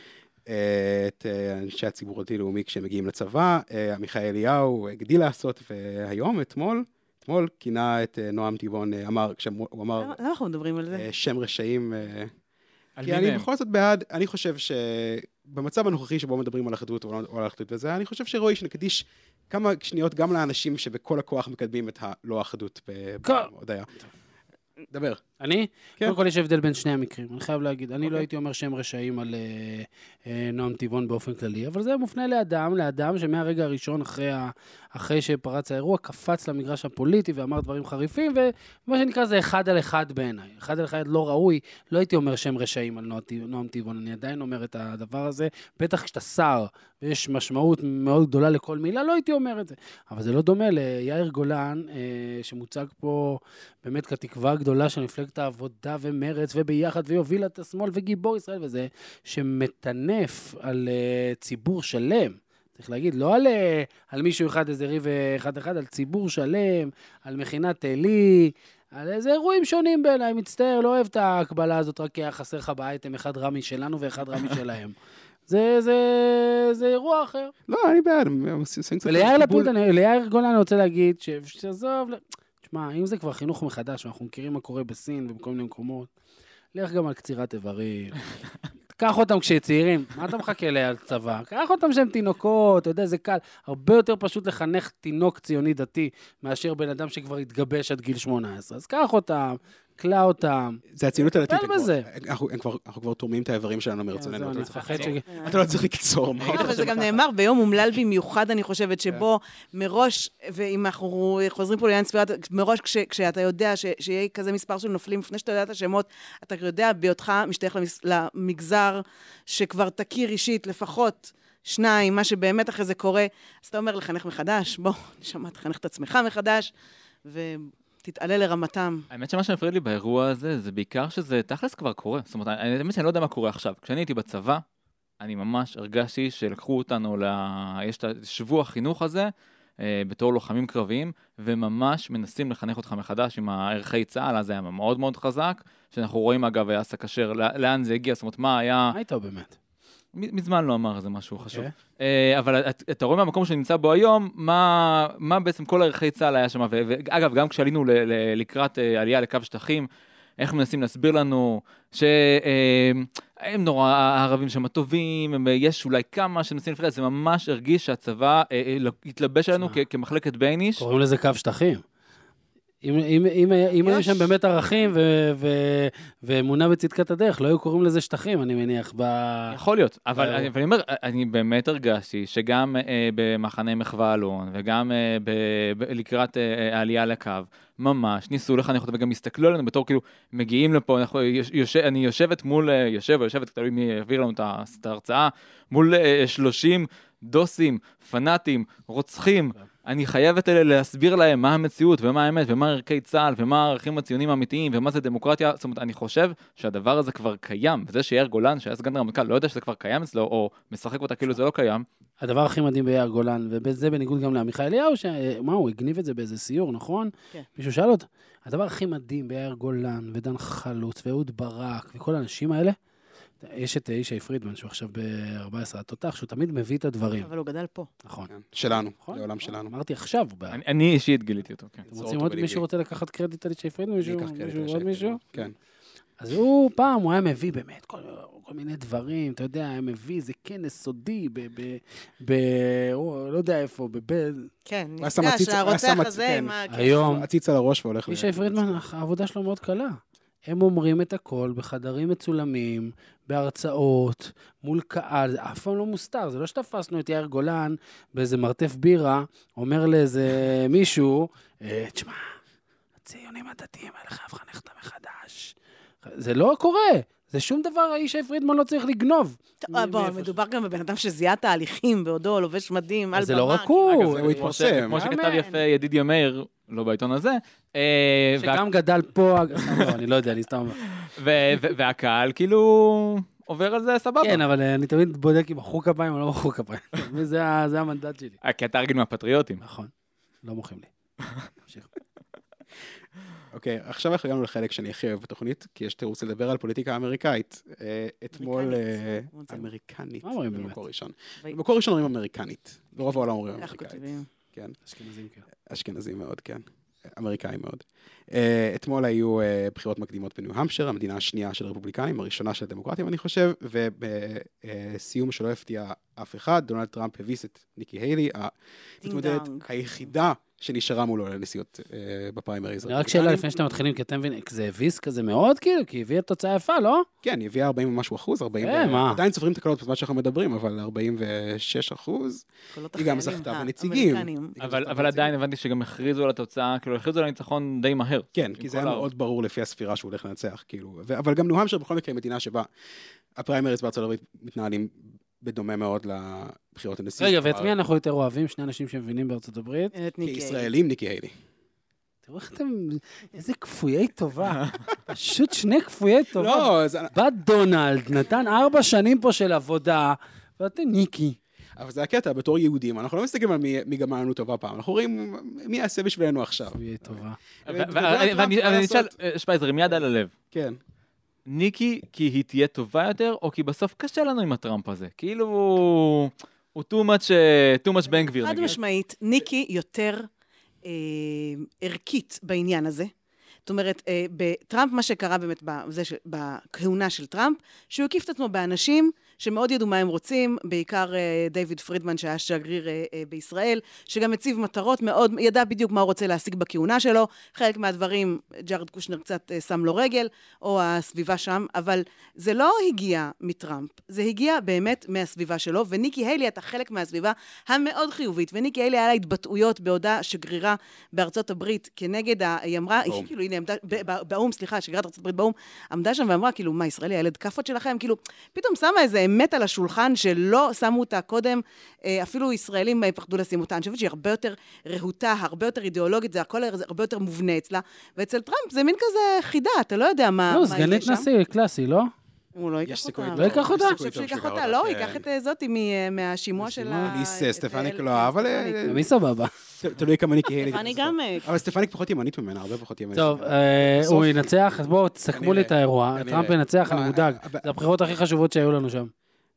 Speaker 2: אה, את אה, אנשי הציבור הדתי-לאומי כשהם מגיעים לצבא. אה, עמיחי אליהו הגדיל לעשות, והיום, אתמול, אתמול כינה את אה, נועם טבעון, אה, אמר, כשהוא אמר
Speaker 3: למה למה אנחנו מדברים על זה?
Speaker 2: אה, שם רשעים, אה,
Speaker 5: על
Speaker 2: כי
Speaker 5: מי
Speaker 2: אני
Speaker 5: מהם?
Speaker 2: בכל זאת בעד, אני חושב שבמצב הנוכחי שבו מדברים על אחדות או על אחדות וזה, אני חושב שראוי שנקדיש כמה שניות גם לאנשים שבכל הכוח מקדמים את הלא אחדות בהודעה. דבר.
Speaker 4: אני?
Speaker 2: כן.
Speaker 4: קודם כל יש הבדל בין שני המקרים, אני חייב להגיד. אני לא
Speaker 2: אוקיי.
Speaker 4: הייתי אומר שהם רשעים על אה, אה, נועם טבעון באופן כללי, אבל זה מופנה לאדם, לאדם שמהרגע הראשון אחרי, ה, אחרי שפרץ האירוע, קפץ למגרש הפוליטי ואמר דברים חריפים, ומה שנקרא זה אחד על אחד בעיניי. אחד על אחד לא ראוי, לא הייתי אומר שהם רשעים על נועם טבעון, אני עדיין אומר את הדבר הזה, בטח כשאתה שר, ויש משמעות מאוד גדולה לכל מילה, לא הייתי אומר את זה. אבל זה לא דומה ליאיר גולן, אה, שמוצג פה באמת כתקווה גדולה של מפלגת העבודה ומרץ, וביחד, ויוביל את השמאל, וגיבור ישראל וזה, שמטנף על uh, ציבור שלם. צריך להגיד, לא על, uh, על מישהו אחד, איזה ריב אחד אחד, על ציבור שלם, על מכינת עלי, על איזה אירועים שונים בעיניי, מצטער, לא אוהב את ההקבלה הזאת, רק כי היה חסר לך באייטם, אחד רמי שלנו ואחד רמי שלהם. זה, זה, זה אירוע אחר.
Speaker 2: לא, אני בעד.
Speaker 4: וליאיר לפיד, אני- ליאיר גולן אני רוצה להגיד, ש- שעזוב, תשמע, אם זה כבר חינוך מחדש, אנחנו מכירים מה קורה בסין ובכל מיני מקומות, לך גם על קצירת איברים. קח אותם כשצעירים, מה אתה מחכה לצבא? קח אותם שהם תינוקות, אתה יודע, זה קל. הרבה יותר פשוט לחנך תינוק ציוני דתי, מאשר בן אדם שכבר התגבש עד גיל שמונה עשרה. אז קח אותם, קלע אותם.
Speaker 2: זה הציונות הדתית.
Speaker 4: טפל בזה.
Speaker 2: אנחנו הם כבר- אנחנו כבר תורמים את האיברים שלנו מרצוננו.
Speaker 4: זהו,
Speaker 2: אתה
Speaker 4: אני
Speaker 2: צריך
Speaker 4: מפחד
Speaker 2: לקצור.
Speaker 4: ש...
Speaker 2: אתה לא צריך לקצור. מה?
Speaker 3: אבל זה גם נאמר ביום אומלל במיוחד, אני חושבת, שבו מראש, ואם אנחנו חוזרים פה לעניין ספירת, מראש כש- כשאתה יודע ש- שיהיה כזה מספר של נופלים, לפני שאתה יודע את השמות, אתה יודע בהיותך משתייך למס- למגזר שכבר תכיר אישית לפחות שניים, מה שבאמת אחרי זה קורה, אז אתה אומר לחנך מחדש, בוא, נשמע, תחנך את עצמך מחדש, ותתעלה לרמתם.
Speaker 5: האמת שמה שמפריד לי באירוע הזה, זה בעיקר שזה תכלס כבר קורה. זאת אומרת, אני האמת שאני לא יודע מה קורה עכשיו. כשאני הייתי בצבא, אני ממש הרגשתי שלקחו אותנו ל... יש את השבוע החינוך הזה, אה, בתור לוחמים קרביים, וממש מנסים לחנך אותך מחדש עם הערכי צה"ל, אז זה היה מאוד מאוד חזק, שאנחנו רואים אגב, היה עשה כשר, לאן זה הגיע, זאת אומרת, מה היה...
Speaker 4: מה איתו באמת?
Speaker 5: מ- מזמן לא אמר איזה משהו חשוב.
Speaker 4: אוקיי.
Speaker 5: אה, אבל את- אתה רואה מהמקום שנמצא בו היום, מה, מה בעצם כל ערכי צה"ל היה שם, ו- ואגב, גם כשעלינו ל- ל- לקראת אה, עלייה לקו שטחים, איך מנסים להסביר לנו שהם נורא, הערבים שם טובים, הם, יש אולי כמה שמנסים לפריע, זה ממש הרגיש שהצבא אה, אה, התלבש עלינו כ- כמחלקת בייניש.
Speaker 4: קוראים לזה קו שטחים. אם, אם, אם, אם היו
Speaker 3: יש.
Speaker 4: שם באמת ערכים ו, ו, ואמונה בצדקת הדרך, לא היו קוראים לזה שטחים, אני מניח. ב...
Speaker 5: יכול להיות, אבל
Speaker 4: ברור.
Speaker 5: אני, אבל אני אומר, אני באמת הרגשתי שגם אה, במחנה מחווה אלון, וגם אה, ב, ב, לקראת אה, העלייה לקו, ממש ניסו לחנך אותם, וגם הסתכלו עלינו בתור כאילו, מגיעים לפה, אנחנו, יושב, אני יושבת מול, אה, יושב או יושבת, תלוי מי העביר לנו את ה- את ההרצאה, מול אה, שלושים דוסים, פנאטים, רוצחים, אני חייבת אלה להסביר להם מה המציאות ומה האמת ומה ערכי צה"ל ומה הערכים הציונים האמיתיים ומה זה דמוקרטיה. זאת אומרת, אני חושב שהדבר הזה כבר קיים, וזה שיאיר גולן, שהיה סגן רמטכ"ל, לא יודע שזה כבר קיים אצלו, או משחק אותה כאילו זה לא קיים.
Speaker 4: הדבר הכי מדהים ביאיר גולן, וזה בניגוד גם לעמיחי אליהו, שמה, הוא הגניב את זה באיזה סיור, נכון?
Speaker 3: כן.
Speaker 4: מישהו שאל אותו, הדבר הכי מדהים ביאיר גולן, ודן חלוץ, ואהוד ברק, וכל האנשים האלה, יש את ישי פרידמן, שהוא עכשיו ב-ארבע עשרה התותח, שהוא תמיד מביא את הדברים.
Speaker 3: אבל הוא גדל פה.
Speaker 4: נכון.
Speaker 2: כן, שלנו,
Speaker 4: נכון?
Speaker 2: לעולם שלנו.
Speaker 4: אמרתי עכשיו, הוא בעד.
Speaker 5: אני, אני אישית גיליתי אותו, כן.
Speaker 4: אתם
Speaker 2: צור
Speaker 4: רוצים
Speaker 2: אותו
Speaker 4: עוד
Speaker 2: בליבי.
Speaker 4: מישהו רוצה לקחת קרדיט על ישי פרידמן?
Speaker 2: אני
Speaker 4: מישהו?
Speaker 2: אקח קרדיט
Speaker 4: מישהו?
Speaker 2: על
Speaker 4: עוד
Speaker 2: שי
Speaker 4: מישהו?
Speaker 2: פרידמן. כן.
Speaker 4: אז הוא פעם, הוא היה מביא באמת כל, כל מיני דברים, אתה יודע, היה מביא איזה כנס סודי, ב... ב, ב הוא, לא יודע איפה, בבית...
Speaker 3: כן,
Speaker 2: היה שם
Speaker 3: נפגש,
Speaker 2: עציץ- היה
Speaker 3: הרוצח
Speaker 2: שם עציץ-
Speaker 3: הזה
Speaker 2: כן.
Speaker 3: עם ה...
Speaker 4: היום,
Speaker 2: עציץ על הראש והולך...
Speaker 4: ישי פרידמן, העבודה שלו מאוד קלה. הם אומרים את הכל בחדרים מצולמים, בהרצאות, מול קהל, זה אף פעם לא מוסתר, זה לא שתפסנו את יאיר גולן באיזה מרתף בירה, אומר לאיזה מישהו, אה, תשמע, הציונים הדתיים האלה חייב לחנך אותם מחדש. זה לא קורה, זה שום דבר האיש פרידמן לא צריך לגנוב.
Speaker 3: בוא, מדובר גם בבן אדם שזיהה תהליכים בעודו, לובש מדים, על
Speaker 4: זה
Speaker 3: במה.
Speaker 4: לא רק הוא,
Speaker 2: הוא התפרסם.
Speaker 5: כמו שכתב יפה ידידיה מאיר, לא בעיתון הזה.
Speaker 4: שגם גדל פה, אני לא יודע, אני סתם...
Speaker 5: והקהל כאילו עובר על זה סבבה.
Speaker 4: כן, אבל אני תמיד בודק אם מחאו כפיים או לא מחאו כפיים. זה המנדט שלי.
Speaker 5: כי אתה רגיל מהפטריוטים.
Speaker 4: נכון, לא מוחאים לי. תמשיך.
Speaker 2: אוקיי, עכשיו אנחנו הגענו לחלק שאני הכי אוהב בתוכנית, כי יש תירוץ לדבר על פוליטיקה אמריקאית. אתמול... אמריקנית.
Speaker 4: מה אומרים באמת?
Speaker 2: במקור ראשון. במקור ראשון אומרים אמריקנית. ברוב העולם אומרים אמריקאית. כן.
Speaker 4: אשכנזים, כן.
Speaker 2: אשכנזים מאוד, כן. אמריקאים מאוד. אתמול היו בחירות מקדימות בניו המפשר, המדינה השנייה של הרפובליקנים, הראשונה של הדמוקרטים, אני חושב, ובסיום שלא הפתיע אף אחד, דונלד טראמפ הביס את ניקי היילי, המתמודדת היחידה שנשארה מולו לנשיאות בפריימריז.
Speaker 4: רק שאלה לפני שאתם מתחילים, כי אתם מבינים, זה הביס כזה מאוד כאילו, כי הביאה תוצאה יפה, לא?
Speaker 2: כן, היא הביאה ארבעים ומשהו אחוז, עדיין סופרים את הקולות בזמן שאנחנו מדברים, אבל ארבעים ושש אחוז, היא גם זכתה בנציגים.
Speaker 5: אבל עדיין הבנתי שגם הכריזו על התוצאה, כאילו הכריזו על הניצחון די מהר.
Speaker 2: כן, כי זה היה מאוד ברור לפי הספירה שהוא הולך לנצח, כאילו, אבל גם ניו המפשר בכל מקרה מדינה שבה הפריימריז בארצות הברית מתנהלים בדומה מאוד לבחירות הנשיאות.
Speaker 4: רגע, ואת מי אנחנו יותר אוהבים? שני אנשים שמבינים בארצות הברית?
Speaker 2: כישראלים, ניקי היילי.
Speaker 4: תראו איך אתם, איזה כפויי טובה. פשוט שני כפויי טובה.
Speaker 2: לא, זה...
Speaker 4: בת דונלד נתן ארבע שנים פה של עבודה, ואתם ניקי.
Speaker 2: אבל זה הקטע, בתור יהודים, אנחנו לא מסתכלים על מי גמר לנו טובה פעם, אנחנו רואים מי יעשה בשבילנו עכשיו.
Speaker 4: כפויי טובה.
Speaker 5: ואני אשאל, שפייזר, עם יד על הלב.
Speaker 2: כן.
Speaker 5: ניקי, כי היא תהיה טובה יותר, או כי בסוף קשה לנו עם הטראמפ הזה? כאילו, הוא too much, too much בן גביר,
Speaker 3: חד
Speaker 5: נגיד.
Speaker 3: משמעית, ניקי יותר אה, ערכית בעניין הזה. זאת אומרת, אה, בטראמפ, מה שקרה באמת בזה, בכהונה של טראמפ, שהוא הקיף את עצמו באנשים שמאוד ידעו מה הם רוצים, בעיקר אה, דיוויד פרידמן, שהיה שגריר אה, אה, בישראל, שגם הציב מטרות מאוד, ידע בדיוק מה הוא רוצה להשיג בכהונה שלו, חלק מהדברים, ג'ארד קושנר קצת אה, שם לו רגל, או הסביבה שם, אבל זה לא הגיע מטראמפ, זה הגיע באמת מהסביבה שלו, וניקי היילי הייתה חלק מהסביבה המאוד חיובית, וניקי היילי היה לה התבטאויות בעודה שגרירה בארצות הברית, כנגד, ה... היא אמרה, היא כאילו, הנה, עמדה, באום, סליחה, שגרירת ארצות הברית באום, עמדה שם ואמרה, כאילו, מה, ישראלי, הילד כפות שלכם? כאילו, פתאום שמה איזה אמת על השולחן שלא שמו אותה קודם, אפילו ישראלים פחדו לשים אותה. אני חושבת שהיא הרבה יותר רהוטה, הרבה יותר אידיאולוגית, זה הכל הרבה יותר מובנה אצלה, ואצל טראמפ זה מין כזה חידה, אתה לא יודע מה יהיה שם.
Speaker 4: לא, סגנית נשיא, קלאסי, לא?
Speaker 3: הוא לא ייקח אותה.
Speaker 4: לא ייקח אותה?
Speaker 3: אני חושב שהוא ייקח אותה, לא, הוא ייקח את זאת מהשימוע של ה...
Speaker 2: ליס סטפניק לא, אבל...
Speaker 4: מי סבבה?
Speaker 2: תלוי כמה ניקי היילי.
Speaker 3: סטפניק גם...
Speaker 2: אבל סטפניק פחות ימנית ממנה, הרבה פחות ימנית.
Speaker 4: טוב, הוא ינצח, אז בואו תסכמו לי את האירוע. טראמפ ינצח, אני מודאג. זה הבחירות הכי חשובות שהיו לנו שם.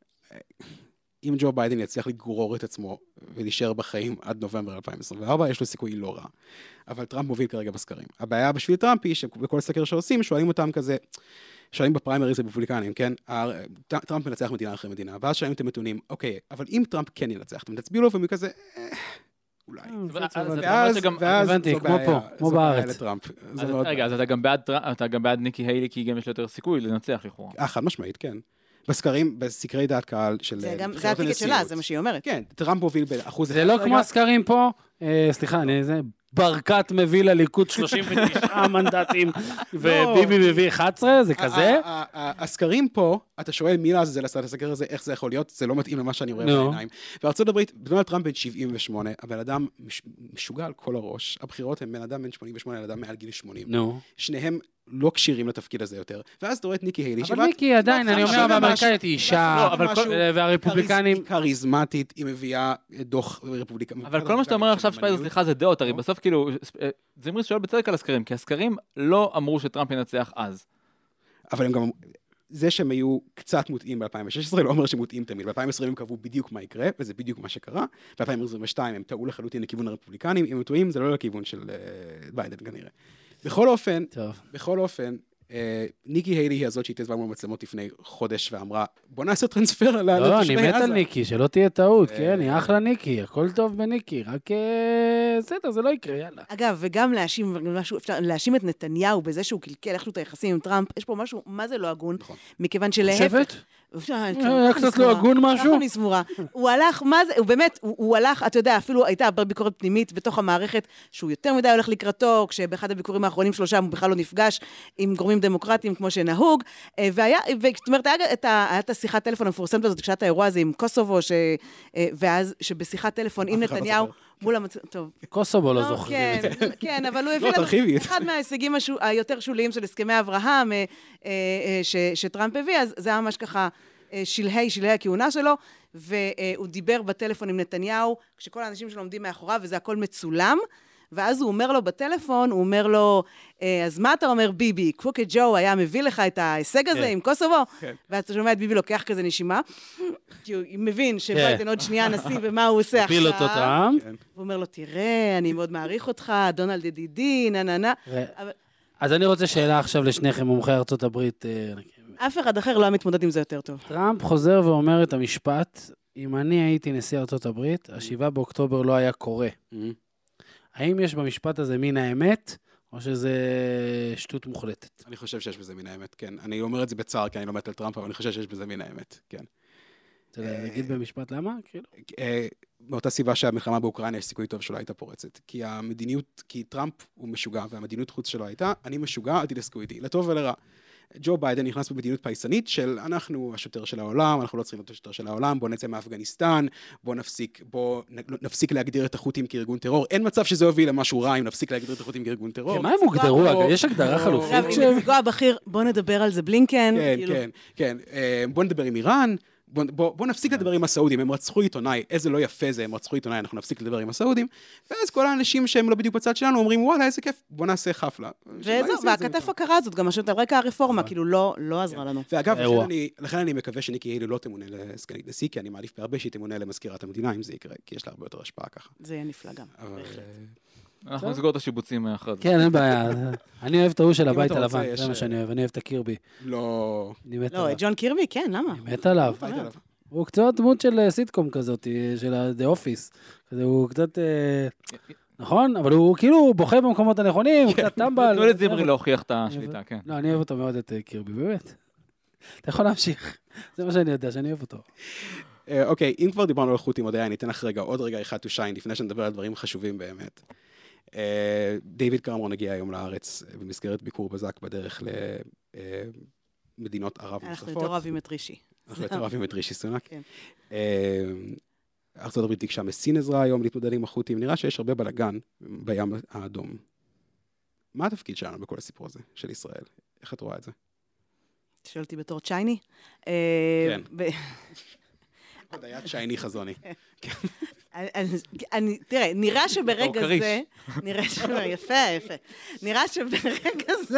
Speaker 2: אם ג'ו ביידן יצליח לגרור את עצמו ולהישאר בחיים עד נובמבר אלפיים עשרים וארבע, יש לו סיכוי לא רע. אבל טראמפ מוביל כרגע בסקרים. הבעיה בשביל טראמפ היא שבכל סקר שעושים, שואלים אותם כזה, שואלים בפריימריז הרפובליקנים, כן? טראמפ מנצח מדינה אחרי מדינה, ואז שואלים את המתונים, אוקיי, אבל אם טראמפ כן ינצח, אתם תצביעו לו ומכזה, אולי. ואז,
Speaker 4: הבנתי, כמו פה, כמו בארץ.
Speaker 5: רגע, אז אתה גם בעד ניקי היילי, כי גם יש לו יותר סיכוי לנצח לכאורה.
Speaker 2: אה, חד משמעית, כן. בסקרים, בסקרי דעת קהל של...
Speaker 3: זה הטיקט שלה, זה מה שהיא אומרת.
Speaker 2: כן, טראמפ מוביל באחוז...
Speaker 4: זה לא כמו הסקרים פה, סליחה, אני זה... ברקת מביא לליכוד שלושים ותשעה מנדטים, וביבי מביא אחת עשרה, זה כזה?
Speaker 2: הסקרים פה, אתה שואל מי לעזאזל עשה את הסקר הזה, איך זה יכול להיות, זה לא מתאים למה שאני רואה בעיניים. בארצות הברית, דונלד טראמפ בן שבעים ושמונה, הבן אדם משוגע על כל הראש, הבחירות הם בן אדם בן שמונים ושמונה, בן אדם מעל גיל שמונים. שניהם לא קשירים לתפקיד הזה יותר. ואז אתה רואה את ניקי היילי.
Speaker 4: אבל ניקי עדיין, אני אומר, באמריקאית היא אישה, והרפובליקנים...
Speaker 2: כריזמטית, היא מביאה דוח רפובליקני.
Speaker 5: אבל כל מה שאתה אומר עכשיו, שפייזר, סליחה, זה דעות, הרי בסוף כאילו, זמריס שואל בצדק על הסקרים, כי הסקרים לא אמרו שטראמפ ינצח אז.
Speaker 2: אבל הם גם... זה שהם היו קצת מוטעים ב-אלפיים ושש עשרה, לא אומר שהם מוטעים תמיד. ב-אלפיים ועשרים הם קבעו בדיוק מה יקרה, וזה בדיוק מה שקרה. ב-אלפיים עשרים ושתיים הם טעו לחלוטין לכיוון הרפובליקנים, אם הם טועים, זה לא לכיוון של ביידן כנראה. בכל אופן, בכל אופן, ניקי היילי היא הזאת שהתייצבה מול מצלמות לפני חודש ואמרה, בוא נעשה טרנספר לתושבי עזה.
Speaker 4: לא, אני מת על ניקי, שלא תהיה טעות, כן, היא אחלה ניקי, הכל טוב בניקי, רק בסדר, זה לא יקרה, יאללה.
Speaker 3: אגב, וגם להאשים משהו, אפשר להאשים את נתניהו בזה שהוא קלקל איכשהו את היחסים עם טראמפ, יש פה משהו, מה זה לא הגון? מכיוון שלהפך...
Speaker 4: היה קצת לא הגון משהו?
Speaker 3: אני סבורה. הוא הלך, מה זה, הוא באמת, הוא הלך, אתה יודע, אפילו הייתה הרבה ביקורת פנימית בתוך המערכת, שהוא יותר מדי הולך לקראתו, כשבאחד הביקורים האחרונים שלו שם הוא בכלל לא נפגש עם גורמים דמוקרטיים כמו שנהוג, והיה, זאת אומרת, היה את השיחת טלפון המפורסמת הזאת, כשהיה את האירוע הזה עם קוסובו, ואז שבשיחת טלפון עם נתניהו, מול המצ... טוב.
Speaker 4: קוסובו לא זוכרים.
Speaker 3: כן, כן, אבל הוא הביא לנו אחד מההישגים היותר שוליים של הסכמי אברהם שטראמפ הביא, אז זה היה ממש ככה שלהי, שלהי הכהונה שלו, והוא דיבר בטלפון עם נתניהו, כשכל האנשים שלו עומדים מאחוריו, וזה הכל מצולם, ואז הוא אומר לו בטלפון, הוא אומר לו, אז מה אתה אומר ביבי? קרוקד ג'ו היה מביא לך את ההישג הזה עם קוסובו? ואז אתה שומע את ביבי לוקח כזה נשימה, כי הוא מבין שביידן עוד שנייה נשיא ומה הוא עושה עכשיו.
Speaker 4: הפיל אותו טראמפ.
Speaker 3: הוא אומר לו, תראה, אני מאוד מעריך אותך, דונלד ידידי, נה נה נה.
Speaker 4: אז אני רוצה שאלה עכשיו לשניכם, מומחי ארצות הברית.
Speaker 3: אף אחד אחר לא היה מתמודד עם זה יותר טוב.
Speaker 4: טראמפ חוזר ואומר את המשפט, אם אני הייתי נשיא ארצות הברית, השבעה באוקטובר לא היה קורה. האם יש במשפט הזה מין האמת, או שזה שטות מוחלטת?
Speaker 2: אני חושב שיש בזה מין האמת, כן. אני אומר את זה בצער, כי אני לא מת על טראמפ, אבל אני חושב שיש בזה מין האמת, כן.
Speaker 4: אתה נגיד במשפט למה?
Speaker 2: מאותה סיבה שהמלחמה באוקראינה יש סיכוי טוב שלא הייתה פורצת. כי המדיניות, כי טראמפ הוא משוגע, והמדיניות חוץ שלו הייתה, אני משוגע, אל תתעסקו איתי, לטוב ולרע. ג'ו ביידן נכנס במדיניות פייסנית של אנחנו השוטר של העולם, אנחנו לא צריכים להיות השוטר של העולם, בוא נצא מאפגניסטן, בוא נפסיק, בוא נפסיק להגדיר את החות'ים כארגון טרור. אין מצב שזה הוביל למשהו רע אם נפסיק להגדיר את החות'ים כארגון טרור.
Speaker 4: מה הם הוגדרו? יש הגדרה חלופית?
Speaker 3: נציגו הבכיר, בוא נדבר על זה בלינקן.
Speaker 2: כן, כן, כן. בוא נדבר עם איראן. בוא, בוא, בוא נפסיק לדבר עם הסעודים, הם רצחו עיתונאי, איזה לא יפה זה, הם רצחו עיתונאי, אנחנו נפסיק לדבר עם הסעודים, ואז כל האנשים שהם לא בדיוק בצד שלנו אומרים, וואלה, איזה כיף, בוא נעשה חפלה.
Speaker 3: וזהו, והכתף הקרה הזאת, גם משהו על רקע הרפורמה, כאילו לא, לא עזרה לנו.
Speaker 2: ואגב, לכן אני, לכן אני מקווה שניקי היילי לא תמונה לסגנית נשיא, כי אני מעדיף בהרבה שהיא תמונה למזכירת המדינה, אם זה יקרה, כי יש לה הרבה יותר השפעה ככה.
Speaker 3: זה יהיה נפלא גם.
Speaker 5: אנחנו נסגור את השיבוצים אחרי זה.
Speaker 4: כן, אין בעיה. אני אוהב את ההוא של הבית הלבן, זה מה שאני אוהב, אני אוהב את הקירבי.
Speaker 2: לא.
Speaker 3: לא, את ג'ון קירבי, כן, למה?
Speaker 4: אני מת עליו. הוא קצת דמות של סיטקום כזאת, של The Office. הוא קצת, נכון? אבל הוא כאילו בוכה במקומות הנכונים, הוא קצת טמבל.
Speaker 5: תנו לזמרי להוכיח את השליטה, כן.
Speaker 4: לא, אני אוהב אותו מאוד את קירבי, באמת. אתה יכול להמשיך. זה מה שאני יודע, שאני אוהב אותו.
Speaker 2: אוקיי, אם כבר דיברנו על חות'ים עוד היה, אני אתן לך רגע, עוד רגע אחד to shine, לפני שנדבר על דברים חשובים באמת. דיוויד קרמרון הגיע היום לארץ במסגרת ביקור בזק בדרך למדינות ערב נוספות.
Speaker 3: אנחנו יותר אוהבים את רישי.
Speaker 2: אנחנו יותר אוהבים את רישי סונאק. ארצות הברית ביקשה מסין עזרה היום להתמודד עם החות'ים. נראה שיש הרבה בלגן בים האדום. מה התפקיד שלנו בכל הסיפור הזה של ישראל? איך את רואה את זה?
Speaker 3: שואל אותי בתור צ'ייני?
Speaker 2: כן. עוד היה צ'ייני חזוני.
Speaker 3: תראה, נראה שברגע זה, נראה שברגע, יפה, יפה, נראה שברגע זה,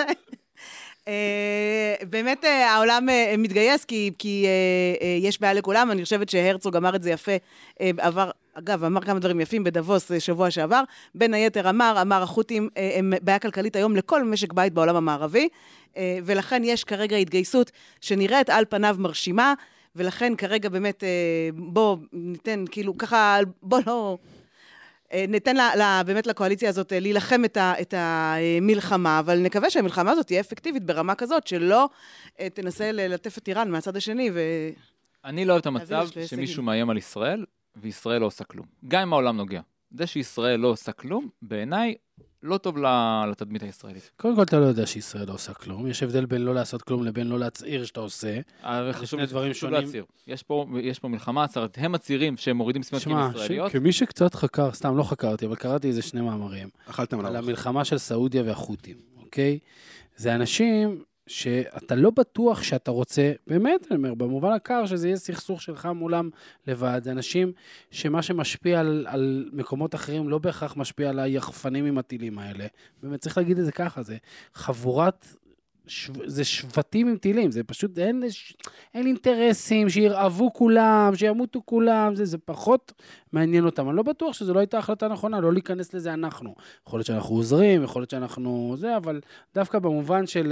Speaker 3: באמת העולם מתגייס, כי יש בעיה לכולם, אני חושבת שהרצוג אמר את זה יפה, עבר, אגב, אמר כמה דברים יפים בדבוס שבוע שעבר, בין היתר אמר, אמר החות'ים הם בעיה כלכלית היום לכל משק בית בעולם המערבי, ולכן יש כרגע התגייסות שנראית על פניו מרשימה, ולכן כרגע באמת, בוא ניתן, כאילו, ככה, בוא לא, ניתן לה, לה, באמת לקואליציה הזאת להילחם את, ה, את המלחמה, אבל נקווה שהמלחמה הזאת תהיה אפקטיבית ברמה כזאת, שלא תנסה ללטף את איראן מהצד השני. ו...
Speaker 5: אני לא אוהב את המצב שמישהו מאיים על ישראל, וישראל לא עושה כלום. גם אם העולם נוגע. זה שישראל לא עושה כלום, בעיניי, לא טוב לתדמית הישראלית.
Speaker 4: קודם כל אתה לא יודע שישראל לא עושה כלום. יש הבדל בין לא לעשות כלום לבין לא להצעיר שאתה עושה.
Speaker 5: חשוב דברים שונים. יש פה, יש פה מלחמה הצהרתית. הם מצהירים שהם מורידים ספינות ישראליות.
Speaker 4: כמי שקצת חקר, סתם לא חקרתי, אבל קראתי איזה שני מאמרים.
Speaker 2: אכלתם עליו.
Speaker 4: על המלחמה של סעודיה והחות'ים, אוקיי? זה אנשים שאתה לא בטוח שאתה רוצה, באמת, אני אומר, במובן הקר שזה יהיה סכסוך שלך מולם לבד, זה אנשים שמה שמשפיע על, על מקומות אחרים לא בהכרח משפיע על היחפנים עם הטילים האלה, באמת צריך להגיד את זה ככה, זה חבורת זה שבטים עם טילים, זה פשוט, אין, אין אינטרסים שירעבו כולם, שימותו כולם, זה, זה פחות מעניין אותם. אני לא בטוח שזו לא הייתה החלטה נכונה, לא להיכנס לזה אנחנו. יכול להיות שאנחנו עוזרים, יכול להיות שאנחנו זה, אבל דווקא במובן של...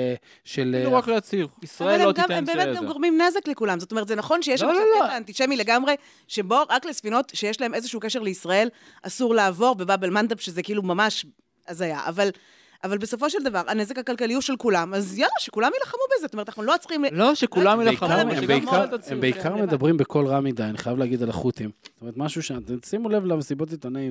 Speaker 4: של
Speaker 5: לא רק להצהיר, ישראל לא תיתן
Speaker 3: הם באמת גם גורמים נזק לכולם, זאת אומרת, זה נכון שיש שם קטע אנטישמי לגמרי, שבו רק לספינות שיש להם איזשהו קשר לישראל, אסור לעבור בבאבל מנדב, שזה כאילו ממש הזיה, אבל... אבל בסופו של דבר, הנזק הכלכלי הוא של כולם, אז יאללה, שכולם ילחמו בזה. זאת אומרת, אנחנו לא צריכים...
Speaker 5: לא, שכולם ילחמו.
Speaker 4: הם בעיקר מדברים בכל רע מדי, אני חייב להגיד על החות'ים. זאת אומרת, משהו ש... שימו לב למסיבות עיתונאים,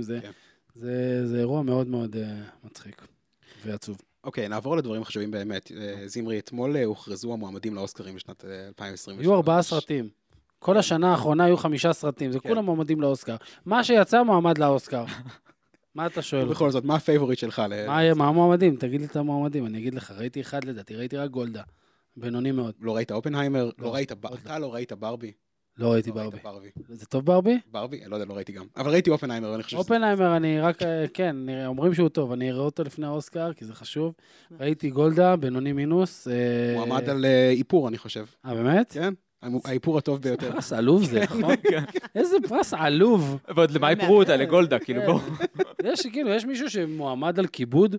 Speaker 4: זה אירוע מאוד מאוד מצחיק ועצוב.
Speaker 2: אוקיי, נעבור לדברים חשובים באמת. זמרי, אתמול הוכרזו המועמדים לאוסקרים בשנת אלפיים עשרים ושלוש.
Speaker 4: היו ארבעה סרטים. כל השנה האחרונה היו חמישה סרטים, זה כולם מועמדים לאוסקר. מה שיצא מועמד לאוסקר. מה אתה שואל?
Speaker 2: בכל זאת, מה הפייבוריט שלך?
Speaker 4: מה המועמדים? תגיד לי את המועמדים, אני אגיד לך, ראיתי אחד לדעתי, ראיתי רק גולדה, בינוני מאוד.
Speaker 2: לא ראית אופנהיימר? לא ראית, אתה לא ראית ברבי?
Speaker 4: לא ראיתי ברבי. זה טוב ברבי?
Speaker 2: ברבי? לא יודע, לא ראיתי גם. אבל ראיתי אופנהיימר, ואני חושב...
Speaker 4: אופנהיימר, אני רק, כן, אומרים שהוא טוב, אני אראה אותו לפני האוסקר, כי זה חשוב. ראיתי גולדה, בינוני מינוס.
Speaker 2: מועמד על איפור, אני חושב.
Speaker 4: אה, באמת?
Speaker 2: כן. האיפור הטוב ביותר.
Speaker 4: פרס עלוב זה, נכון? איזה פרס עלוב.
Speaker 5: ועוד למה איפרו אותה? לגולדה, כאילו בואו.
Speaker 4: יש, כאילו, יש מישהו שמועמד על כיבוד,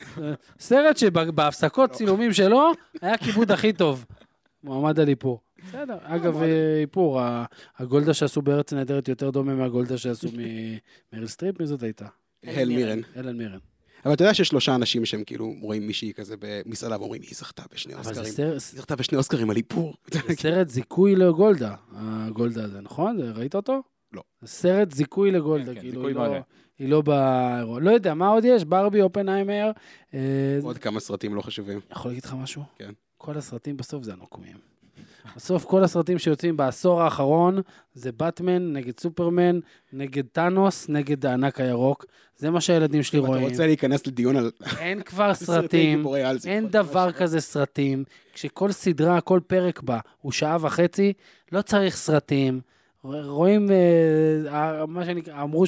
Speaker 4: סרט שבהפסקות צילומים שלו, היה כיבוד הכי טוב. מועמד על איפור. בסדר. אגב, איפור, הגולדה שעשו בארץ נהדרת יותר דומה מהגולדה שעשו ממריל סטריפ, מי זאת הייתה?
Speaker 2: הל מירן.
Speaker 4: הלן מירן.
Speaker 2: אבל אתה יודע שיש שלושה אנשים שהם כאילו רואים מישהי כזה במסעדה ואומרים, היא זכתה בשני אוסקרים. היא זכתה בשני אוסקרים על איפור.
Speaker 4: זה סרט זיכוי לגולדה, הגולדה הזה, נכון? ראית אותו?
Speaker 2: לא.
Speaker 4: זה סרט זיכוי לגולדה, כאילו היא לא באירוע. לא יודע, מה עוד יש? ברבי, אופנהיימר.
Speaker 2: עוד כמה סרטים לא חשובים.
Speaker 4: יכול להגיד לך משהו?
Speaker 2: כן.
Speaker 4: כל הסרטים בסוף זה הנוקמים. בסוף כל הסרטים שיוצאים בעשור האחרון, זה באטמן נגד סופרמן, נגד טאנוס, נגד הענק הירוק. זה מה שהילדים שלי רואים.
Speaker 2: אתה רוצה להיכנס לדיון על...
Speaker 4: אין כבר סרטים, אין דבר כזה סרטים. כשכל סדרה, כל פרק בה הוא שעה וחצי, לא צריך סרטים. רואים, מה שנקרא, אמרו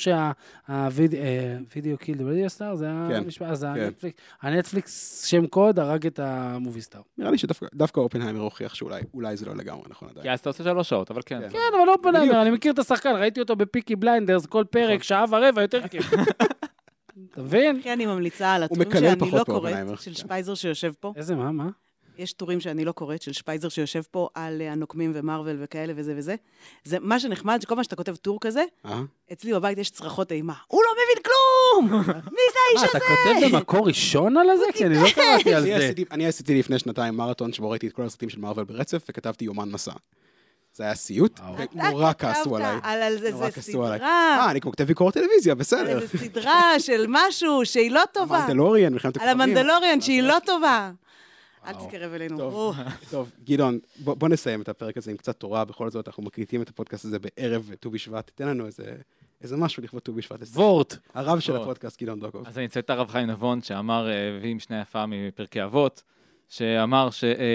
Speaker 4: שהווידאו קיל דו סטאר, זה המשפט, אז הנטפליקס שם קוד הרג את המובי סטאר.
Speaker 2: נראה לי שדווקא אופנהיימר הוכיח שאולי זה לא לגמרי נכון עדיין.
Speaker 5: כי אז אתה עושה שלוש שעות, אבל כן.
Speaker 4: כן, אבל אופנהיימר, אני מכיר את השחקן, ראיתי אותו בפיקי בליינדרס, כל פרק, שעה ורבע, יותר כיף. תבין?
Speaker 3: כן, אני ממליצה על הטורים שאני לא קוראת, של שפייזר שיושב פה.
Speaker 4: איזה, מה, מה?
Speaker 3: יש טורים שאני לא קוראת, של שפייזר שיושב פה על הנוקמים ומרוול וכאלה וזה וזה. זה מה שנחמד, שכל מה שאתה כותב טור כזה, אצלי בבית יש צרחות אימה. הוא לא מבין כלום! מי זה האיש הזה?
Speaker 4: אתה כותב במקור ראשון על זה? כי אני לא קראתי על זה.
Speaker 2: אני עשיתי לפני שנתיים מרתון שבו ראיתי את כל הסרטים של מרוול ברצף, וכתבתי יומן מסע. זה היה סיוט, ונורא כעסו עליי.
Speaker 3: על זה סדרה.
Speaker 2: אה, אני כמו כותב ביקורת טלוויזיה, בסדר.
Speaker 3: זה סדרה של משהו שהיא לא טובה.
Speaker 2: המנדלוריאן, מלחמת הכוכבים.
Speaker 3: על המנדלוריאן שהיא לא טובה. אל תתקרב אלינו.
Speaker 2: טוב, גדעון, בוא נסיים את הפרק הזה עם קצת תורה, בכל זאת אנחנו מקליטים את הפודקאסט הזה בערב ט"ו בשבט, תתן לנו איזה משהו לכבוד ט"ו בשבט.
Speaker 4: וורט.
Speaker 2: הרב של הפודקאסט, גדעון דוקוב.
Speaker 5: אז אני אצא את הרב חיים נבון, שאמר, הביא עם שני יפה מפרקי אבות, שאמר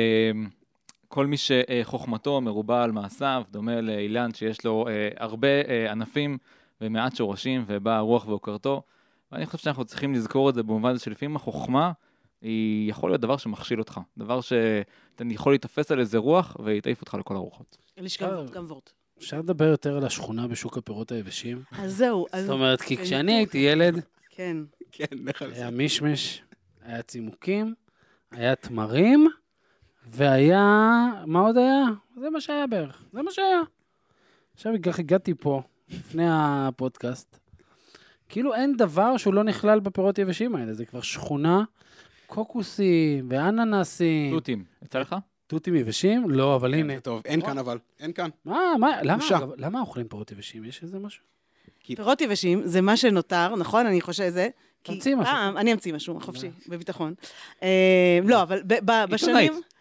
Speaker 5: שכל מי שחוכמתו מרובה על מעשיו, דומה לאילן שיש לו הרבה ענפים ומעט שורשים, ובאה הרוח והוקרתו, ואני חושב שאנחנו צריכים לזכור את זה במובן הזה שלפעמים החוכמה היא יכול להיות דבר שמכשיל אותך, דבר שאתה יכול להתאפס על איזה רוח ויתעיף אותך לכל הרוחות.
Speaker 3: יש גם וורט.
Speaker 4: אפשר לדבר יותר על השכונה בשוק הפירות היבשים?
Speaker 3: אז זהו.
Speaker 4: זאת אומרת, כי כשאני הייתי ילד,
Speaker 3: כן.
Speaker 4: היה מישמש, היה צימוקים, היה תמרים, והיה, מה עוד היה? זה מה שהיה בערך, זה מה שהיה. עכשיו הגעתי פה, לפני הפודקאסט, כאילו אין דבר שהוא לא נכלל בפירות היבשים האלה, זה כבר שכונה, קוקוסים ואננסים.
Speaker 5: תותים, יצא לך?
Speaker 4: תותים יבשים? לא, אבל הנה.
Speaker 2: טוב, אין כאן אבל, אין כאן.
Speaker 4: מה, מה, למה אוכלים פירות יבשים? יש איזה משהו?
Speaker 3: פירות יבשים זה מה שנותר, נכון? אני חושב שזה.
Speaker 4: תמציא משהו.
Speaker 3: אני אמציא משהו, חופשי, בביטחון. לא, אבל בשנים...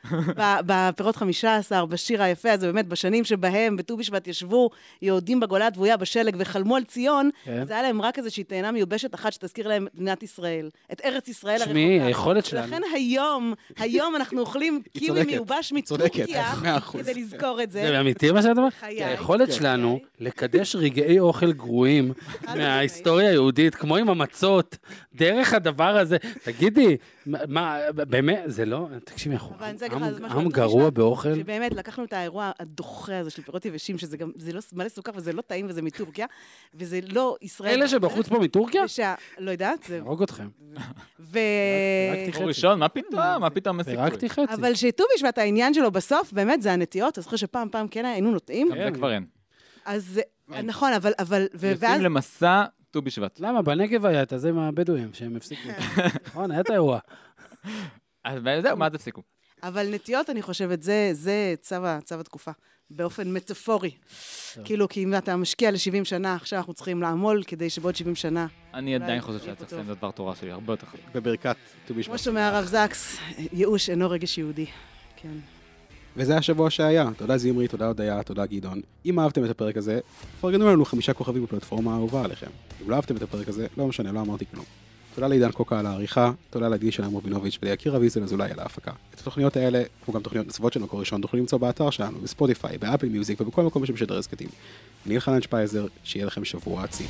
Speaker 3: בפירות חמישה עשר, בשיר היפה הזה, באמת, בשנים שבהם בט"ו בשבט ישבו יהודים בגולה הדבויה בשלג וחלמו על ציון, זה היה להם רק איזושהי תאנה מיובשת אחת שתזכיר להם את מדינת ישראל, את ארץ ישראל הרחוקה.
Speaker 4: שמי, היכולת שלנו.
Speaker 3: לכן היום, היום אנחנו אוכלים קיווי מיובש מטורקיה, כדי לזכור את זה.
Speaker 4: זה אמיתי מה שאתה אומר?
Speaker 3: חיי.
Speaker 4: היכולת שלנו לקדש רגעי אוכל גרועים מההיסטוריה היהודית, כמו עם המצות, דרך הדבר הזה. תגידי, מה, באמת, זה לא, תקשיבי, עם גרוע באוכל.
Speaker 3: שבאמת לקחנו את האירוע הדוחה הזה של פירות יבשים, שזה גם, זה לא מלא סוכר וזה לא טעים וזה מטורקיה, וזה לא ישראל.
Speaker 4: אלה שבחוץ פה מטורקיה?
Speaker 3: לא יודעת, זה...
Speaker 4: הרוג אתכם.
Speaker 3: ו...
Speaker 5: מקור ראשון, מה פתאום? מה פתאום מסיכוי?
Speaker 4: פירקתי חצי.
Speaker 3: אבל שט"ו בשבט העניין שלו בסוף, באמת זה הנטיות, אז זוכר שפעם פעם כן היינו נוטעים.
Speaker 5: זה כבר אין.
Speaker 3: אז נכון, אבל... אבל
Speaker 5: יוצאים למסע ט"ו בשבט.
Speaker 4: למה? בנגב היה את הזה עם הבדואים, שהם הפסיקו. נכון, היה את האירוע.
Speaker 5: אז זהו, מה תפסיקו?
Speaker 3: אבל נטיות, אני חושבת, זה, זה צו, צו התקופה, באופן מטאפורי. כאילו, כי אם אתה משקיע ל-שבעים שנה, עכשיו אנחנו צריכים לעמול כדי שבעוד שבעים שנה...
Speaker 5: אני עדיין חושב שהיה צריך לסיים את הדבר תורה שלי, הרבה יותר חשוב.
Speaker 2: בברכת ט"ו בשבט.
Speaker 3: כמו שאומר הרב זקס, ייאוש אינו רגש יהודי. כן.
Speaker 2: וזה השבוע שהיה. תודה זמרי, תודה הודיה, תודה גדעון. אם אהבתם את הפרק הזה, פרגנו לנו חמישה כוכבים בפלטפורמה האהובה עליכם. אם לא אהבתם את הפרק הזה, לא משנה, לא אמרתי כלום. תודה לעידן קוקה על העריכה, תודה לעדי שלהם רובינוביץ' וליקיר אביזל אזולאי על ההפקה. את התוכניות האלה, כמו גם תוכניות נוספות של מקור ראשון, תוכלו למצוא באתר שלנו, בספוטיפיי, באפל מיוזיק ובכל מקום שמשדר הסכתים. אני אלחנן שפייזר, שיהיה לכם שבוע עצים.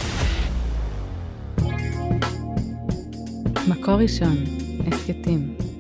Speaker 1: מקור ראשון, הסכתים.